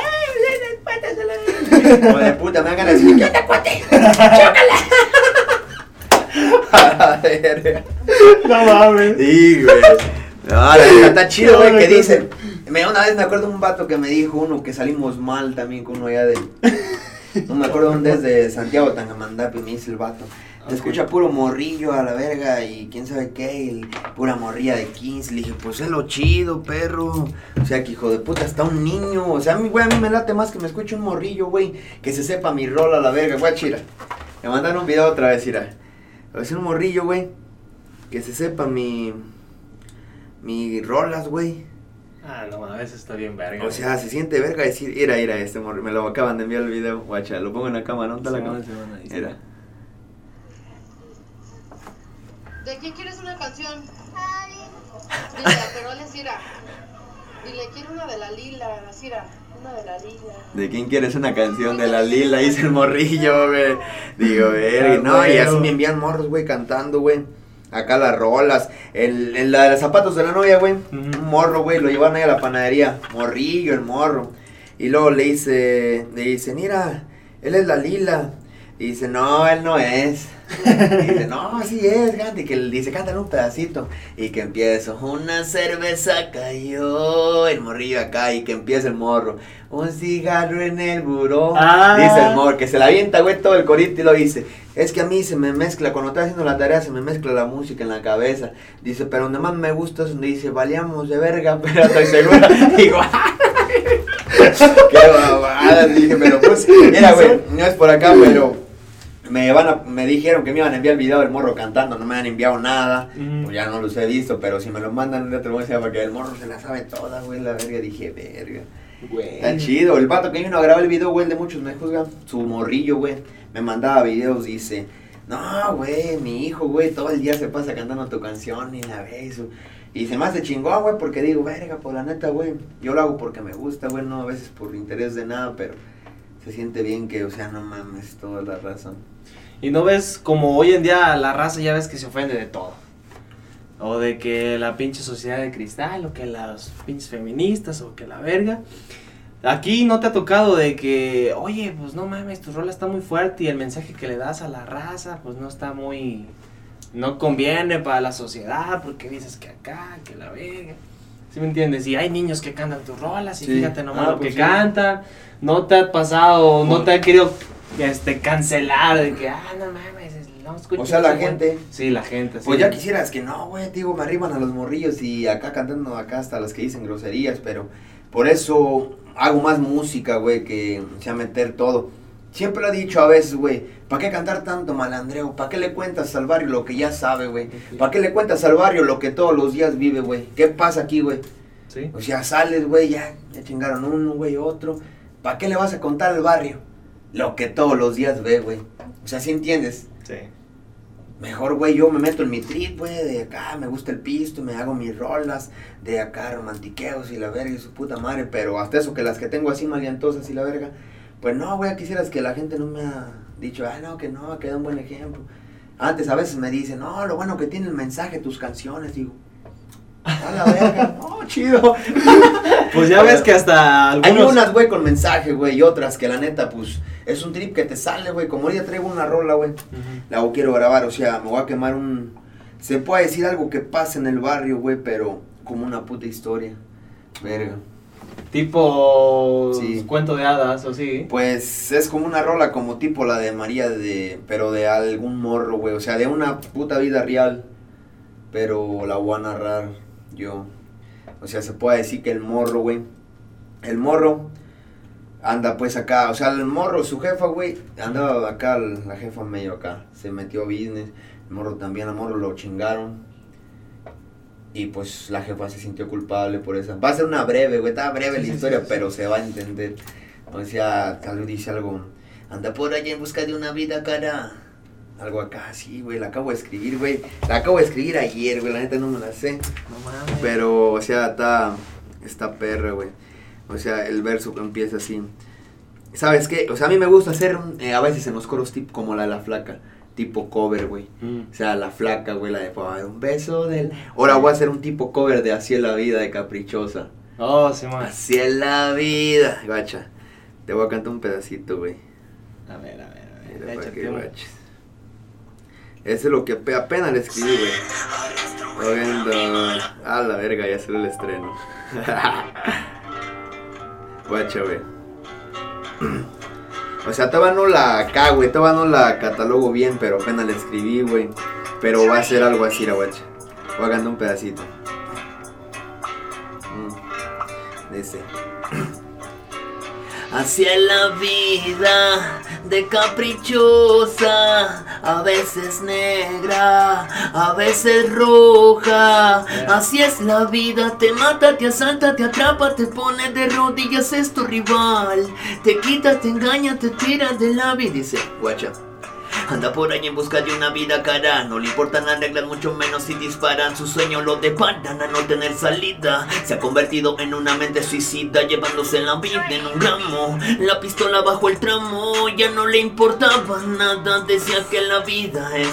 O de puta, me dan ganas de decir, ¿qué onda, cuate? ¡Chócala! A ver. No mames. Sí, güey. No, la neta está chido, güey, que dicen. Una vez me acuerdo de un vato que me dijo uno que salimos mal también con uno allá de. No me acuerdo dónde es, de Santiago Tangamandapio, me dice el vato. Te escucha puro morrillo a la verga y quién sabe qué, y pura morrilla de 15. Le dije, pues es lo chido, perro. O sea, que hijo de puta, está un niño. O sea, a mí me late más que me escuche un morrillo, güey, que se sepa mi rola a la verga. Güey, chira. Me mandaron un video otra vez, mira. Va a ser un morrillo, güey, que se sepa mi rolas, güey. Ah, no, a veces está bien verga. O sea, se siente verga decir, mira, este morro, me lo acaban de enviar el video, guacha, lo pongo en la cámara, ¿no? Está la cámara. Mira. ¿De quién quieres una canción? Dile, pero le Cira. Dile, quiero una de la Lila, Cira. Una de la Lila. ¿De quién quieres una canción de la Lila? Dice el morrillo, güey. Digo, verga, no, y así me envían morros, güey, cantando, güey. Acá las rolas, en la de los zapatos de la novia, güey, un morro, güey, lo llevaron ahí a la panadería, morrillo, el morro, y luego le dice, mira, él es la Lila, y dice, no, él no es, y dice, no, sí es, canta, y que le dice, cántale un pedacito, y que empieza, una cerveza cayó, el morrillo acá, y que empieza el morro, un cigarro en el buró, dice el morro, que se la avienta, güey, todo el corito, y lo dice, es que a mí se me mezcla, cuando estoy haciendo la tarea se me mezcla la música en la cabeza. Dice, pero donde más me gusta es donde dice, valíamos de verga, pero estoy seguro. Digo, qué babada, dije, pero pues, mira, güey, no es por acá, pero me dijeron que me iban a enviar el video del morro cantando, no me han enviado nada, pues ya no los he visto, pero si me lo mandan un día te lo voy a decir, porque el morro se la sabe toda, güey, la verga, dije, verga. Güey. Está chido, el vato que vino a grabar el video, güey, de muchos me juzgan, su morrillo, güey, me mandaba videos, dice, no, güey, mi hijo, güey, todo el día se pasa cantando tu canción y la beso, y se me hace chingón, güey, porque digo, verga, pues la neta, güey, yo lo hago porque me gusta, güey, no a veces por interés de nada, pero se siente bien que, o sea, no mames, toda la razón. Y no ves como hoy en día la raza ya ves que se ofende de todo. O de que la pinche sociedad de cristal, o que las pinches feministas, o que la verga. Aquí no te ha tocado de que, oye, pues no mames, tu rola está muy fuerte y el mensaje que le das a la raza, pues no está muy, no conviene para la sociedad, porque dices que acá, que la verga. ¿Sí me entiendes? Y hay niños que cantan tus rolas y sí, fíjate nomás lo pues que cantan. No te ha pasado, no te ha querido cancelar de que, no mames, no escucho. O sea, la gente. Sí, la gente. Pues sí. ya quisieras que no, güey, digo, me arriban a los morrillos y acá cantando acá hasta las que dicen groserías, pero por eso hago más música, güey, que o sea, meter todo. Siempre lo he dicho a veces, güey, ¿para qué cantar tanto malandreo? ¿Para qué le cuentas al barrio lo que ya sabe, güey? ¿Para qué le cuentas al barrio lo que todos los días vive, güey? ¿Qué pasa aquí, güey? Sí. O sea, sales, güey, ya chingaron uno, güey, otro. ¿Para qué le vas a contar al barrio lo que todos los días ve, güey? O sea, ¿sí entiendes? Sí. Mejor, güey, yo me meto en mi trip, güey, de acá, me gusta el pisto, me hago mis rolas, de acá romantiqueos y la verga y su puta madre, pero hasta eso que las que tengo así maleantosas y la verga, pues no, güey, quisieras que la gente no me ha dicho, no, que no, que da un buen ejemplo. Antes a veces me dicen, no, lo bueno que tiene el mensaje, tus canciones, digo, a la verga, no, chido. Pues ya ves que hasta algunos... Hay unas, güey, con mensaje, güey, y otras que la neta, pues, es un trip que te sale, güey, como ya traigo una rola, güey, la quiero grabar, o sea, me voy a quemar se puede decir algo que pasa en el barrio, güey, pero como una puta historia, verga. Tipo sí. Cuento de hadas o sí. Pues es como una rola como tipo la de María pero de algún morro, güey, o sea, de una puta vida real, pero la voy a narrar yo. O sea, se puede decir que el morro, güey, anda pues acá, o sea, el morro, su jefa, güey, andaba acá, la jefa medio acá, se metió a business, el morro también, al morro lo chingaron, y pues la jefa se sintió culpable por eso. Va a ser una breve, güey, está breve la historia, pero se va a entender. O sea, tal vez dice algo, anda por allá en busca de una vida cara. Algo acá, sí, güey, la acabo de escribir, güey. La acabo de escribir ayer, güey, la neta no me la sé. No mames. Pero, o sea, está perra, güey. O sea, el verso que empieza así. ¿Sabes qué? O sea, a mí me gusta hacer a veces en los coros tipo como la de la flaca. Tipo cover, güey. O sea, la flaca, güey, la de un beso del... Ahora voy a hacer un tipo cover de Así es la vida, de Caprichosa. Oh, sí, man. Así es la vida. Gacha, te voy a cantar un pedacito, güey. A ver. Mira, para que guaches. Ese es lo que apenas le escribí, güey. Viendo... A la verga, ya salió el estreno. Guacha, güey. O sea, todavía no la acá, güey, todavía no la catalogo bien, pero apenas la escribí, güey. Pero va a ser algo así, la guacha. Voy a cantar un pedacito. Dice. Así es la vida de caprichosa, a veces negra, a veces roja. Así es la vida, te mata, te asalta, te atrapa, te pone de rodillas, es tu rival. Te quita, te engaña, te tira de la vida. Dice, guacha. Anda por ahí en busca de una vida cara. No le importan las reglas, mucho menos si disparan. Su sueño lo deparan a no tener salida. Se ha convertido en una mente suicida, llevándose la vida en un gramo. La pistola bajo el tramo, ya no le importaba nada. Decía que la vida es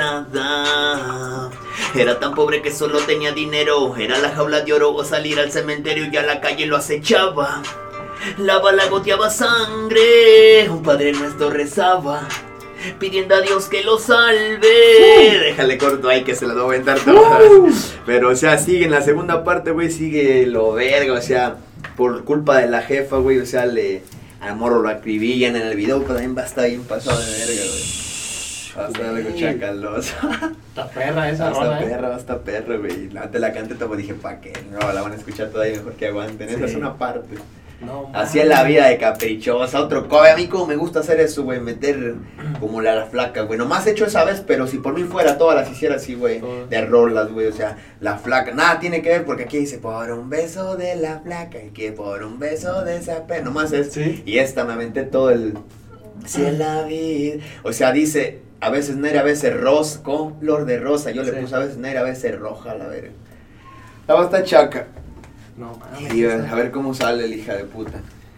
prestada. Era tan pobre que solo tenía dinero. Era la jaula de oro o salir al cementerio y a la calle lo acechaba. La bala goteaba sangre, un padre nuestro rezaba, pidiendo a Dios que lo salve. Déjale corto ahí que se lo voy a aventar todas. Pero o sea, sigue en la segunda parte, güey, sigue lo verga, o sea, por culpa de la jefa, güey, o sea, al morro lo acribillan en el video, pero también va a estar bien pasado de verga, güey. Va a estar algo chacaloso. Está perra esa rola, Va a estar perra, güey. Te la canté, pues dije, ¿pa' qué? No, la van a escuchar todavía mejor que aguanten. Esa es una parte. No, así es la vida de caprichosa, otro cover. A mí como me gusta hacer eso, güey, meter como la flaca, güey. Nomás he hecho esa vez, pero si por mí fuera, todas las hiciera así, güey, de rolas, güey. O sea, la flaca, nada tiene que ver porque aquí dice, por un beso de la flaca, y que por un beso de esa pena. Nomás es, ¿sí? Y esta me aventé todo el, si es la vida. O sea, dice, a veces negra, a veces rosa, color de rosa. Yo le puse a veces negra, a veces roja, la verga. La basta chaca. No mames. Y a ver cómo sale el hija de puta.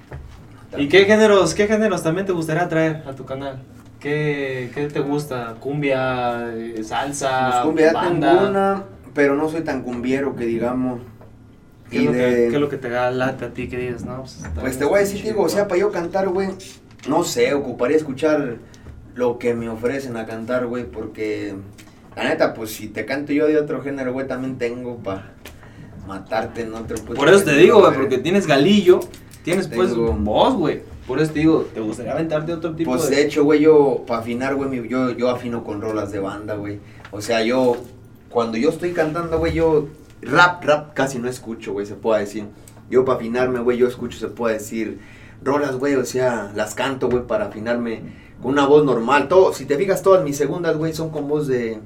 ¿Y qué géneros también te gustaría traer a tu canal? ¿Qué te gusta? ¿Cumbia, salsa, pues cumbia banda? Tengo una, pero no soy tan cumbiero que digamos. ¿Qué es lo que te da lata a ti que digas? No, pues te voy a decir, digo, o sea, para yo cantar, güey, no sé, ocuparía escuchar lo que me ofrecen a cantar, güey, porque la neta, pues si te canto yo de otro género, güey, también tengo para matarte en otro. Pues, por eso te digo, güey, porque tienes galillo, tienes pues voz, güey. Por eso te digo, ¿te gustaría aventarte otro tipo pues de hecho, güey, yo, para afinar, güey, yo afino con rolas de banda, güey. O sea, yo, cuando yo estoy cantando, güey, yo rap casi no escucho, güey, se puede decir. Yo para afinarme, güey, yo escucho, se puede decir, rolas, güey, o sea, las canto, güey, para afinarme con una voz normal. Todo, si te fijas, todas mis segundas, güey, son con voz de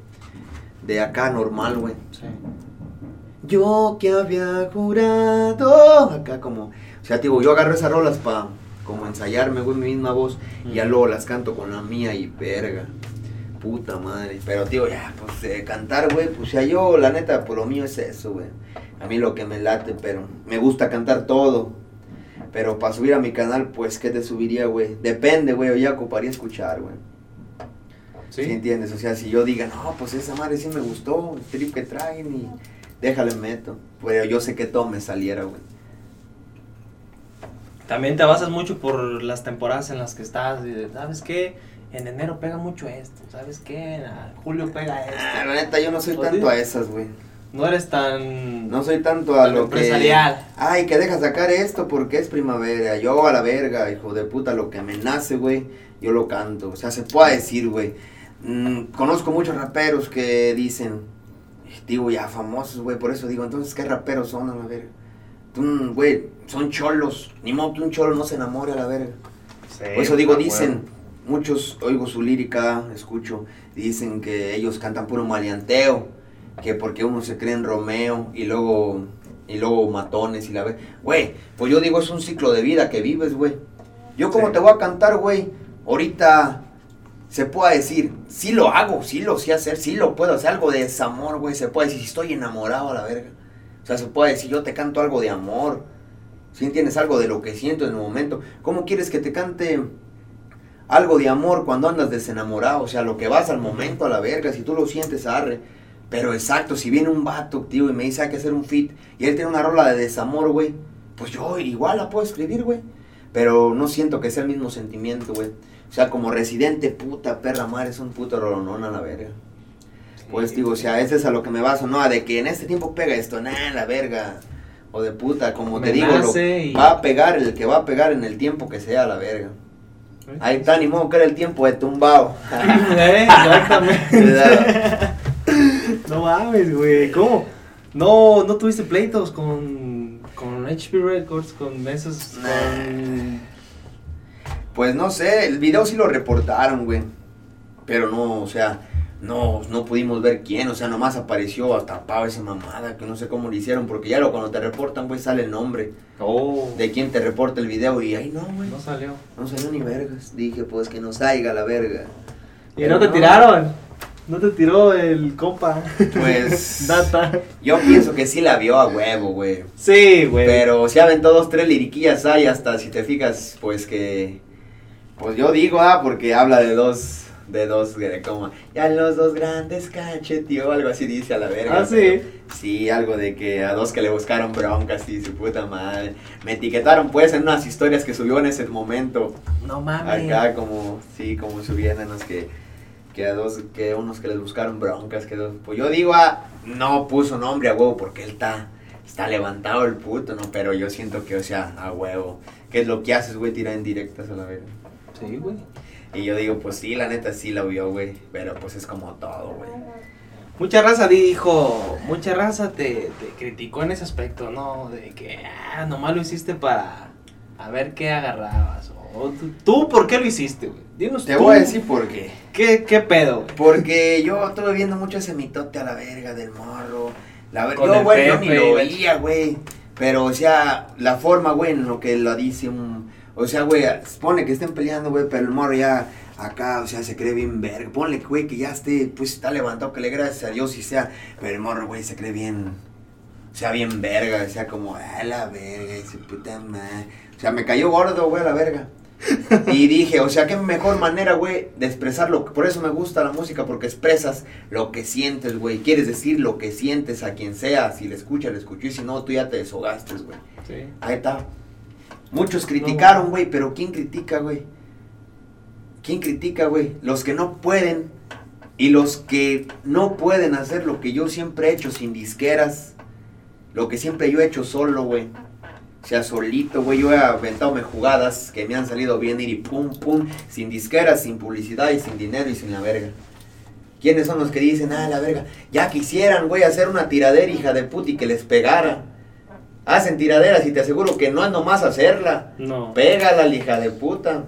acá normal, güey. Sí. Yo que había jurado, acá como, o sea, digo, yo agarro esas rolas para como ensayarme, güey, mi misma voz, y ya luego las canto con la mía y verga, puta madre. Pero, tío, ya, pues, cantar, güey, pues, ya yo, la neta, por lo mío es eso, güey. A mí lo que me late, pero me gusta cantar todo. Pero para subir a mi canal, pues, ¿qué te subiría, güey? Depende, güey, yo ya ocuparía escuchar, güey. ¿Sí? ¿Sí entiendes? O sea, si yo diga, no, pues, esa madre sí me gustó, el trip que traen y déjale meto. Pero yo sé que todo me saliera, güey. También te basas mucho por las temporadas en las que estás. ¿Sabes qué? En enero pega mucho esto. ¿Sabes qué? En julio pega esto. La neta, yo no soy tanto a esas, güey. No eres tan... No soy tanto a lo empresarial. Que... Ay, que deja sacar esto porque es primavera. Yo a la verga, hijo de puta, lo que me nace, güey, yo lo canto. O sea, se puede decir, güey. Conozco muchos raperos que dicen, digo, ya famosos, güey, por eso digo, entonces, ¿qué raperos son a la verga? Güey, son cholos. Ni modo que un cholo no se enamore a la verga. Sí, por eso digo, dicen, muchos, oigo su lírica, escucho, dicen que ellos cantan puro maleanteo, que porque uno se cree en Romeo y luego matones y la verga. Güey, pues yo digo, es un ciclo de vida que vives, güey. Yo como te voy a cantar, güey, ahorita se puede decir, sí lo hago, sí lo sé hacer, sí lo puedo hacer, algo de desamor, güey, se puede decir, estoy enamorado a la verga. O sea, se puede decir, yo te canto algo de amor, ¿sí entiendes? Algo de lo que siento en el momento. ¿Cómo quieres que te cante algo de amor cuando andas desenamorado? O sea, lo que vas al momento a la verga, si tú lo sientes, arre. Pero exacto, si viene un vato, tío, y me dice hay que hacer un feat, y él tiene una rola de desamor, güey, pues yo igual la puedo escribir, güey. Pero no siento que sea el mismo sentimiento, güey. O sea, como Residente, puta perra madre, es un puto rolonón a la verga. Pues digo, o sea, ese es a lo que me baso, ¿no? A de que en este tiempo pega esto, la verga. O de puta, como te digo, va a pegar el que va a pegar en el tiempo que sea, la verga. Ahí está, ni modo que era el tiempo de tumbao. Exactamente. No mames, güey, ¿cómo? ¿No tuviste pleitos con HP Records, con esos, Pues no sé, el video sí lo reportaron, güey. pero no, o sea, no pudimos ver quién, o sea, nomás apareció tapado esa mamada, que no sé cómo lo hicieron, porque ya cuando te reportan, güey, sale el nombre de quién te reporta el video, y ahí no, güey. No salió ni vergas. Dije, pues que no salga la verga. ¿Y no te tiraron? ¿No te tiró el compa? Pues... Data. Yo pienso que sí la vio a huevo, güey. Sí, güey. Pero se aventó 2, 3 liriquillas ahí, hasta si te fijas, pues que... Pues yo digo, porque habla de dos, como... Ya los dos grandes cacheteó, algo así dice a la verga. Ah, sí. Sí, algo de que a 2 que le buscaron broncas y su puta madre. Me etiquetaron pues en unas historias que subió en ese momento. No mames. Acá como, sí, como subían en las que a 2, que unos que les buscaron broncas, que 2. Pues yo digo, no puso nombre a huevo porque él está levantado el puto, ¿no? Pero yo siento que, o sea, a huevo. ¿Qué es lo que haces, güey? Tirar indirectas a la verga. Sí, güey. Y yo digo, pues sí, la neta sí la vio, güey. Pero pues es como todo, güey. Mucha raza mucha raza te criticó en ese aspecto, ¿no? De que, nomás lo hiciste para a ver qué agarrabas. O tú, ¿por qué lo hiciste, güey? Dinos Te tú. voy a decir por qué. ¿Qué pedo, güey? Porque yo estuve viendo mucho ese mitote a la verga del morro. Con el Güey, yo ni Pepe, lo veía, güey. Pero, o sea, la forma, güey, en lo que lo dice o sea, güey, supone que estén peleando, güey, pero el morro ya acá, o sea, se cree bien verga. Ponle, güey, que ya pues está levantado, que le gracias a Dios y sea. Pero el morro, güey, se cree bien, o sea, bien verga, o sea, como, la verga, y su puta madre. O sea, me cayó gordo, güey, a la verga. Y dije, o sea, qué mejor manera, güey, de expresarlo. Por eso me gusta la música, porque expresas lo que sientes, güey. Quieres decir lo que sientes a quien sea. Si le escucha, le escuchó. Y si no, tú ya te deshogaste, güey. Sí. Ahí está. Muchos criticaron, güey, pero ¿quién critica, güey? ¿Quién critica, güey? Los que no pueden. Y los que no pueden hacer lo que yo siempre he hecho sin disqueras. Lo que siempre yo he hecho solo, güey. O sea, solito, güey, yo he aventado jugadas que me han salido bien, ir y pum, pum, sin disqueras, sin publicidad y sin dinero y sin la verga. ¿Quiénes son los que dicen, la verga? Ya quisieran, güey, hacer una tiradera, hija de puta, y que les pegara. Hacen tiraderas y te aseguro que no es nomás hacerla. No. Pégala, hija de puta.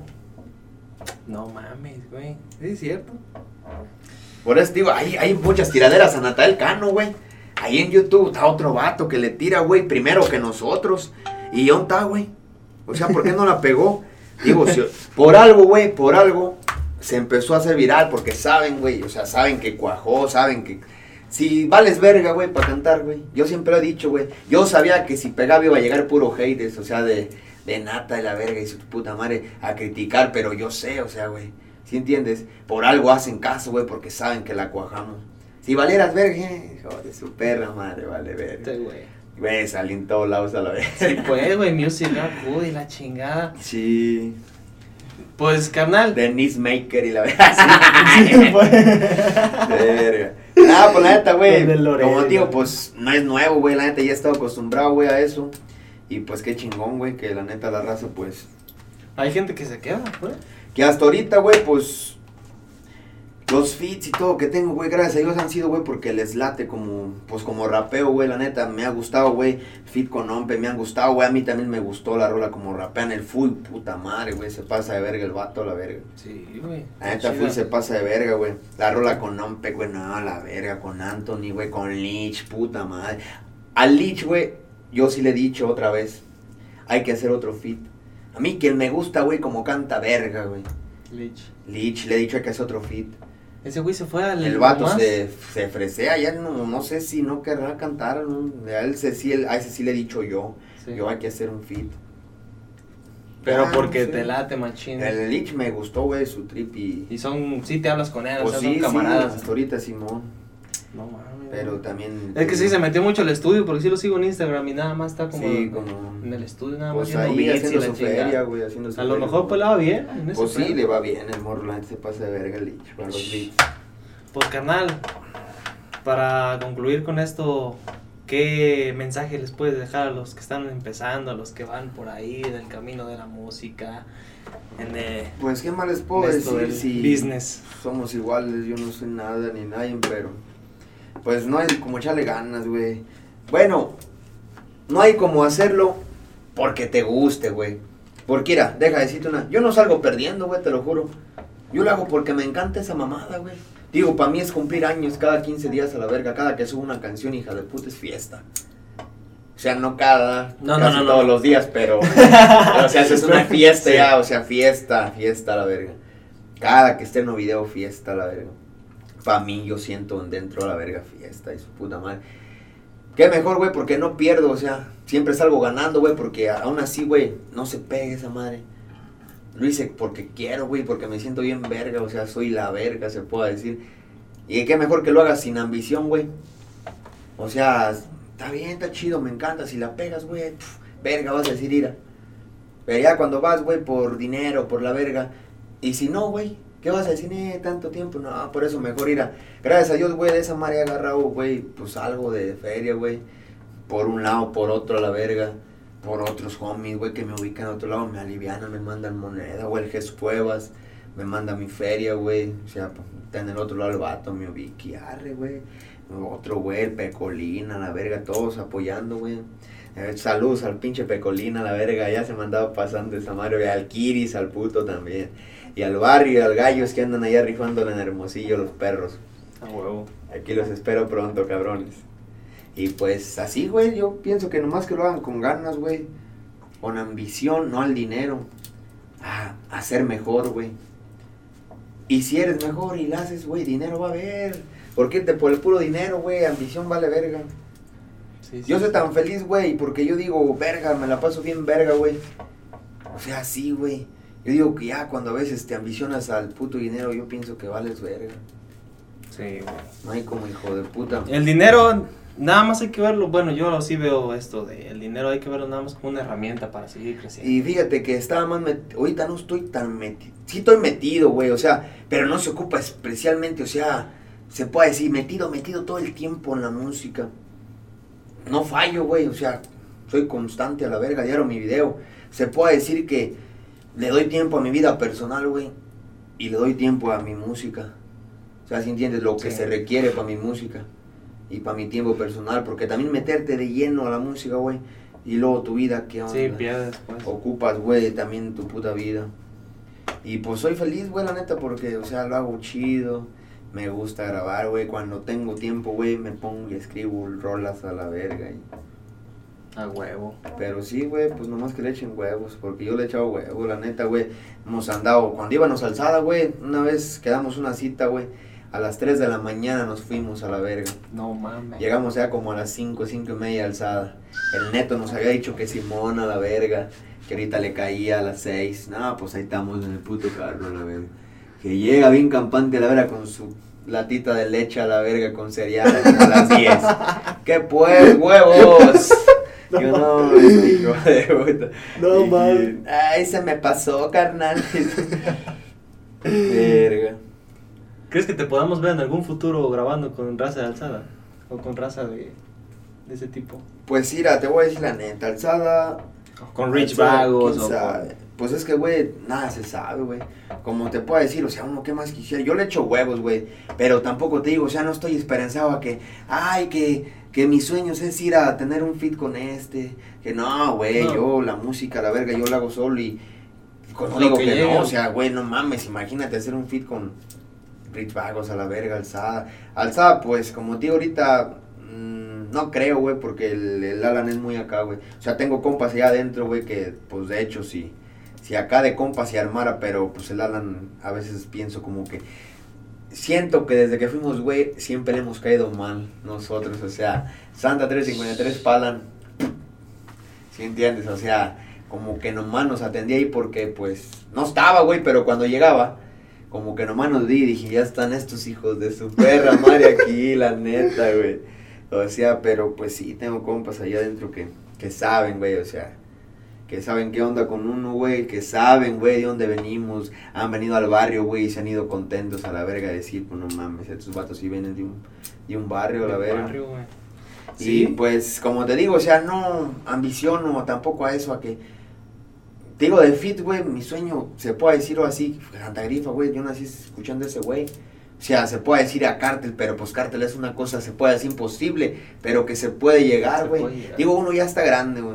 No mames, güey. Sí, es cierto. Por eso digo, hay muchas tiraderas a Natal Cano, güey. Ahí en YouTube está otro vato que le tira, güey, primero que nosotros. ¿Y dónde está, güey? O sea, ¿por qué no la pegó? Digo, por algo, güey, por algo se empezó a hacer viral, porque saben, güey, o sea, saben que cuajó, saben que... Si vales verga, güey, para cantar, güey. Yo siempre he dicho, güey, yo sabía que si pegaba iba a llegar puro haters, o sea, de nata y la verga y su puta madre a criticar, pero yo sé, o sea, güey, ¿sí entiendes? Por algo hacen caso, güey, porque saben que la cuajamos. Si valieras verga, hijo de su perra madre, vale verga. Sí, güey. Güey, salí en todos lados a la vez. Sí, pues, güey, Music Good y la chingada. Sí. Pues, carnal. Denise Maker y la verga. Sí, pues. Verga. Pues la neta, güey. Como digo, pues no es nuevo, güey. La neta ya he estado acostumbrado, güey, a eso. Y pues qué chingón, güey, que la neta la raza, pues. Hay gente que se queda, güey. Que hasta ahorita, güey, pues. Los feats y todo que tengo, güey, gracias a Dios han sido, güey, porque les late como, pues como rapeo, güey, la neta, me ha gustado, güey, feat con Ompe, me han gustado, güey, a mí también me gustó la rola como rapean el full, puta madre, güey, se pasa de verga el vato, la verga. Sí, güey. La neta, full se pasa de verga, güey, la rola con Ompe, güey, no, la verga, con Anthony, güey, con Lich, puta madre. Al Lich, güey, yo sí le he dicho otra vez, hay que hacer otro feat. A mí quien me gusta, güey, como canta verga, güey. Lich, le he dicho hay que hacer otro feat. Ese güey se fue al... El vato se fresea, ya no sé si no querrá cantar, ¿no? A ese sí le he dicho yo, sí. Yo hay que hacer un feat. Pero porque te late, machín. El Lich me gustó, güey, su trip y... Y sí te hablas con él, pues o sea, sí, son camaradas. Sí, hasta ahorita Simón. No mames. Pero también... Es que sí, se metió mucho al estudio, porque sí lo sigo en Instagram y nada más está como... Sí, como... En el estudio nada pues más. Ahí haciendo su feria, güey, A lo mejor pues le va bien. Pues sí, le va bien, el Morland se pasa de verga el Lich para los beats. Pues carnal, para concluir con esto, ¿qué mensaje les puedes dejar a los que están empezando, a los que van por ahí en el camino de la música? Pues qué más les puedo decir si business. Somos iguales, yo no soy nada ni nadie, pero pues no hay como echarle ganas, güey. Bueno, no hay como hacerlo porque te guste, güey. Porque mira, deja de decirte yo no salgo perdiendo, güey, te lo juro. Yo lo hago porque me encanta esa mamada, güey. Digo, para mí es cumplir años cada 15 días a la verga. Cada que subo una canción, hija de puta, es fiesta. O sea, no casi todos los días, pero o sea, es una fiesta sí. Ya, o sea, fiesta a la verga. Cada que esté en un video, fiesta a la verga. Para mí, yo siento dentro de la verga fiesta y su puta madre. Qué mejor, güey, porque no pierdo, o sea, siempre salgo ganando, güey, porque aún así, güey, no se pegue esa madre. Lo hice porque quiero, güey, porque me siento bien verga, o sea, soy la verga, se puede decir. Y qué mejor que lo hagas sin ambición, güey. O sea, está bien, está chido, me encanta, si la pegas, güey, verga, vas a decir ira. Pero ya cuando vas, güey, por dinero, por la verga, y si no, güey, ¿qué vas a decir? Tanto tiempo, no, por eso mejor ir gracias a Dios, güey, de esa madre he agarrado, güey, pues algo de feria, güey. Por un lado, por otro, a la verga. Por otros homies, güey, que me ubican a otro lado, me alivianan, me mandan moneda, güey, el Jesús Cuevas, me manda mi feria, güey. O sea, está en el otro lado el vato, me ubique, arre, güey. Otro, güey, el Pecolina, la verga, todos apoyando, güey. Saludos al pinche Pecolina, la verga, ya se me andaba pasando esa madre, güey, al Kiris, al puto también. Y al barrio, y al Gallos que andan allá rifándole en Hermosillo los perros. A huevo. Aquí los espero pronto, cabrones. Y pues así, güey, yo pienso que nomás que lo hagan con ganas, güey. Con ambición, no al dinero. A ser mejor, güey. Y si eres mejor y lo haces, güey, dinero va a haber. Porque irte por el puro dinero, güey, ambición vale verga. Sí, yo soy tan feliz, güey, porque yo digo, verga, me la paso bien verga, güey. O sea, sí, güey. Yo digo que ya cuando a veces te ambicionas al puto dinero, yo pienso que vales verga. Sí, güey. No hay como hijo de puta. El dinero, nada más hay que verlo, bueno, yo sí veo esto de el dinero, hay que verlo nada más como una herramienta para seguir creciendo. Y fíjate que estaba más ahorita no estoy tan metido, sí estoy metido, güey, o sea, pero no se ocupa especialmente, o sea, se puede decir metido todo el tiempo en la música. No fallo, güey, o sea, soy constante a la verga, diario mi video. Se puede decir que le doy tiempo a mi vida personal, güey, y le doy tiempo a mi música. O sea, si entiendes lo que se requiere para mi música y para mi tiempo personal, porque también meterte de lleno a la música, güey, y luego tu vida, ¿qué onda? Sí, pierdes, pues. Ocupas, güey, también tu puta vida. Y pues soy feliz, güey, la neta, porque, o sea, lo hago chido, me gusta grabar, güey, cuando tengo tiempo, güey, me pongo y escribo rolas a la verga. A huevo. Pero sí, güey, pues nomás que le echen huevos, porque yo le he echado huevos, la neta, güey. Hemos andado, cuando íbamos a Alzada, güey, una vez quedamos una cita, güey, a las 3 de la mañana nos fuimos a la verga. No mames. Llegamos ya como a las 5:30 Alzada. El Neto nos había dicho que Simón a la verga, que ahorita le caía a las 6. No, pues ahí estamos en el puto carro, a la verga. Que llega bien campante a la verga con su latita de leche a la verga con cereal a las 10. ¿Qué pues, huevos? No, yo no, hijo de puta. No mames. Ay, se me pasó, carnal. Verga. ¿Crees que te podamos ver en algún futuro grabando con raza de Alzada? ¿O con raza de ese tipo? Pues mira, te voy a decir la neta, Alzada... Con Rich Vagos o con... Pues es que, güey, nada se sabe, güey. Como te puedo decir, o sea, uno qué más quisiera. Yo le echo huevos, güey, pero tampoco te digo, o sea, no estoy esperanzado a que... Ay, que mis sueños es ir a tener un feat con este. Que no, güey, no. Yo la música, la verga, yo la hago solo y... No digo que no, o sea, güey, no mames, imagínate hacer un feat con... Rich Vagos a la verga, Alzada. Alzada, pues, como te digo ahorita, no creo, güey, porque el Alan es muy acá, güey. O sea, tengo compas allá adentro, güey, que, pues, de hecho, si acá de compas se armara, pero, pues, el Alan, a veces pienso como que... Siento que desde que fuimos, güey, siempre le hemos caído mal nosotros, o sea, Santa 353 Palan, ¿sí entiendes? O sea, como que nomás nos atendía ahí porque, pues, no estaba, güey, pero cuando llegaba... Como que nomás nos di y dije, ya están estos hijos de su perra madre aquí, la neta, güey. O sea, pero pues sí, tengo compas allá adentro que saben, güey, o sea, que saben qué onda con uno, güey, que saben, güey, de dónde venimos, han venido al barrio, güey, y se han ido contentos a la verga a decir, pues no mames, estos vatos sí vienen de un barrio, a la verga. Barrio, güey. Y ¿Sí? pues, como te digo, o sea, no ambiciono tampoco a eso, a que... Te digo, de fit, güey, mi sueño, se puede decir o así, Santa Grifa, güey, yo nací escuchando ese güey. O sea, se puede decir a Cártel, pero pues Cártel es una cosa, se puede decir imposible, pero que se puede llegar, güey. Digo, uno ya está grande, güey.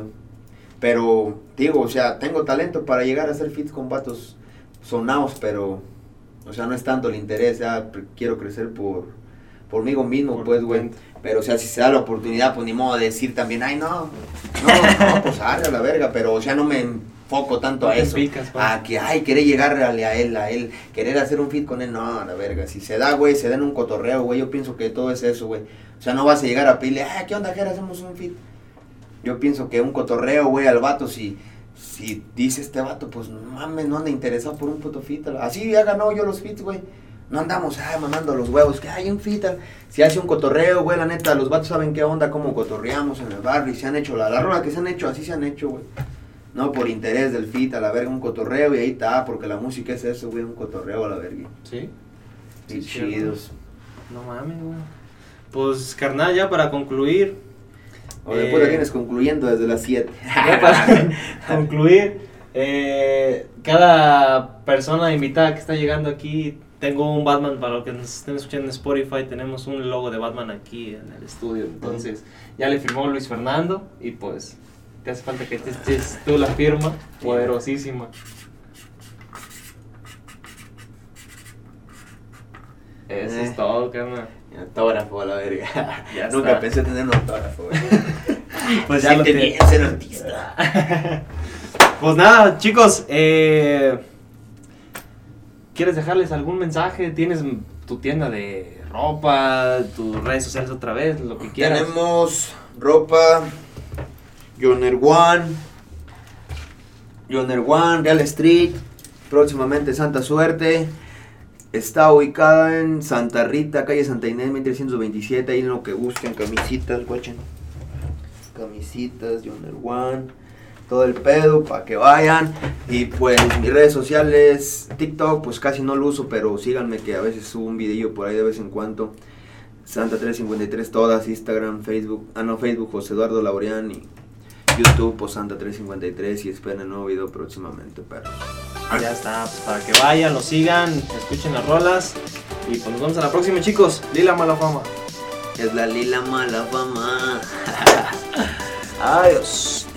Pero, digo, o sea, tengo talento para llegar a hacer fit con vatos sonados, pero O sea, no es tanto el interés, quiero crecer por mí mismo, Por pues, tu güey. cuenta. Pero, o sea, si se da la oportunidad, pues ni modo de decir también, ay, no, pues arre a la verga, pero, o sea, no me enfoco tanto No a te eso. picas, pues. A que, ay, querer llegarle a él, querer hacer un fit con él, no, a la verga. Si se da, güey, se da en un cotorreo, güey, yo pienso que todo es eso, güey. O sea, no vas a llegar a pedirle, ay, ¿qué onda, Jera? Hacemos un fit. Yo pienso que un cotorreo, güey, al vato, si dice este vato, pues, no mames, no anda interesado por un puto fit. Así ya ganado yo los fits, güey. No andamos, mamando los huevos, que hay un fit. Si hace un cotorreo, güey, la neta, los vatos saben qué onda, cómo cotorreamos en el barrio. Y se han hecho, la rola que se han hecho, así se han hecho, güey. No por interés del fit, a la verga, un cotorreo. Y ahí está, porque la música es eso, güey, un cotorreo a la verga. Sí. Y Sí, chidos. No mames, güey. Pues, carnal, ya para concluir. O después la tienes concluyendo desde las 7. Ya para concluir, cada persona invitada que está llegando aquí, tengo un Batman, para los que nos estén escuchando en Spotify, tenemos un logo de Batman aquí en el estudio. Entonces, ya le firmó Luis Fernando y pues te hace falta que te estés tú la firma, poderosísima. Eso es todo, carnal. Autógrafo a la verga. Ya Nunca está. pensé tener un autógrafo, güey. Pues ya lo Siente tiene. bien ser artista. Pues nada, chicos, ¿quieres dejarles algún mensaje? ¿Tienes tu tienda de ropa, tus redes sociales otra vez, lo que quieras? Tenemos ropa, Joner One, Real Street, próximamente Santa Suerte. Está ubicada en Santa Rita, calle Santa Inés, 1327, ahí en lo que busquen, camisitas, guachen. Camisitas, Joner One, todo el pedo, para que vayan. Y pues mis redes sociales, TikTok, pues casi no lo uso, pero síganme que a veces subo un videillo por ahí de vez en cuando. Santa 353 todas, Instagram, Facebook, Facebook José Eduardo Laureán y YouTube, pues Santa 353 y esperen el nuevo video próximamente, perros. Ya está, pues para que vayan, lo sigan, escuchen las rolas y pues nos vemos a la próxima, chicos. Lila Mala Fama. Es la Lila Mala Fama. Adiós.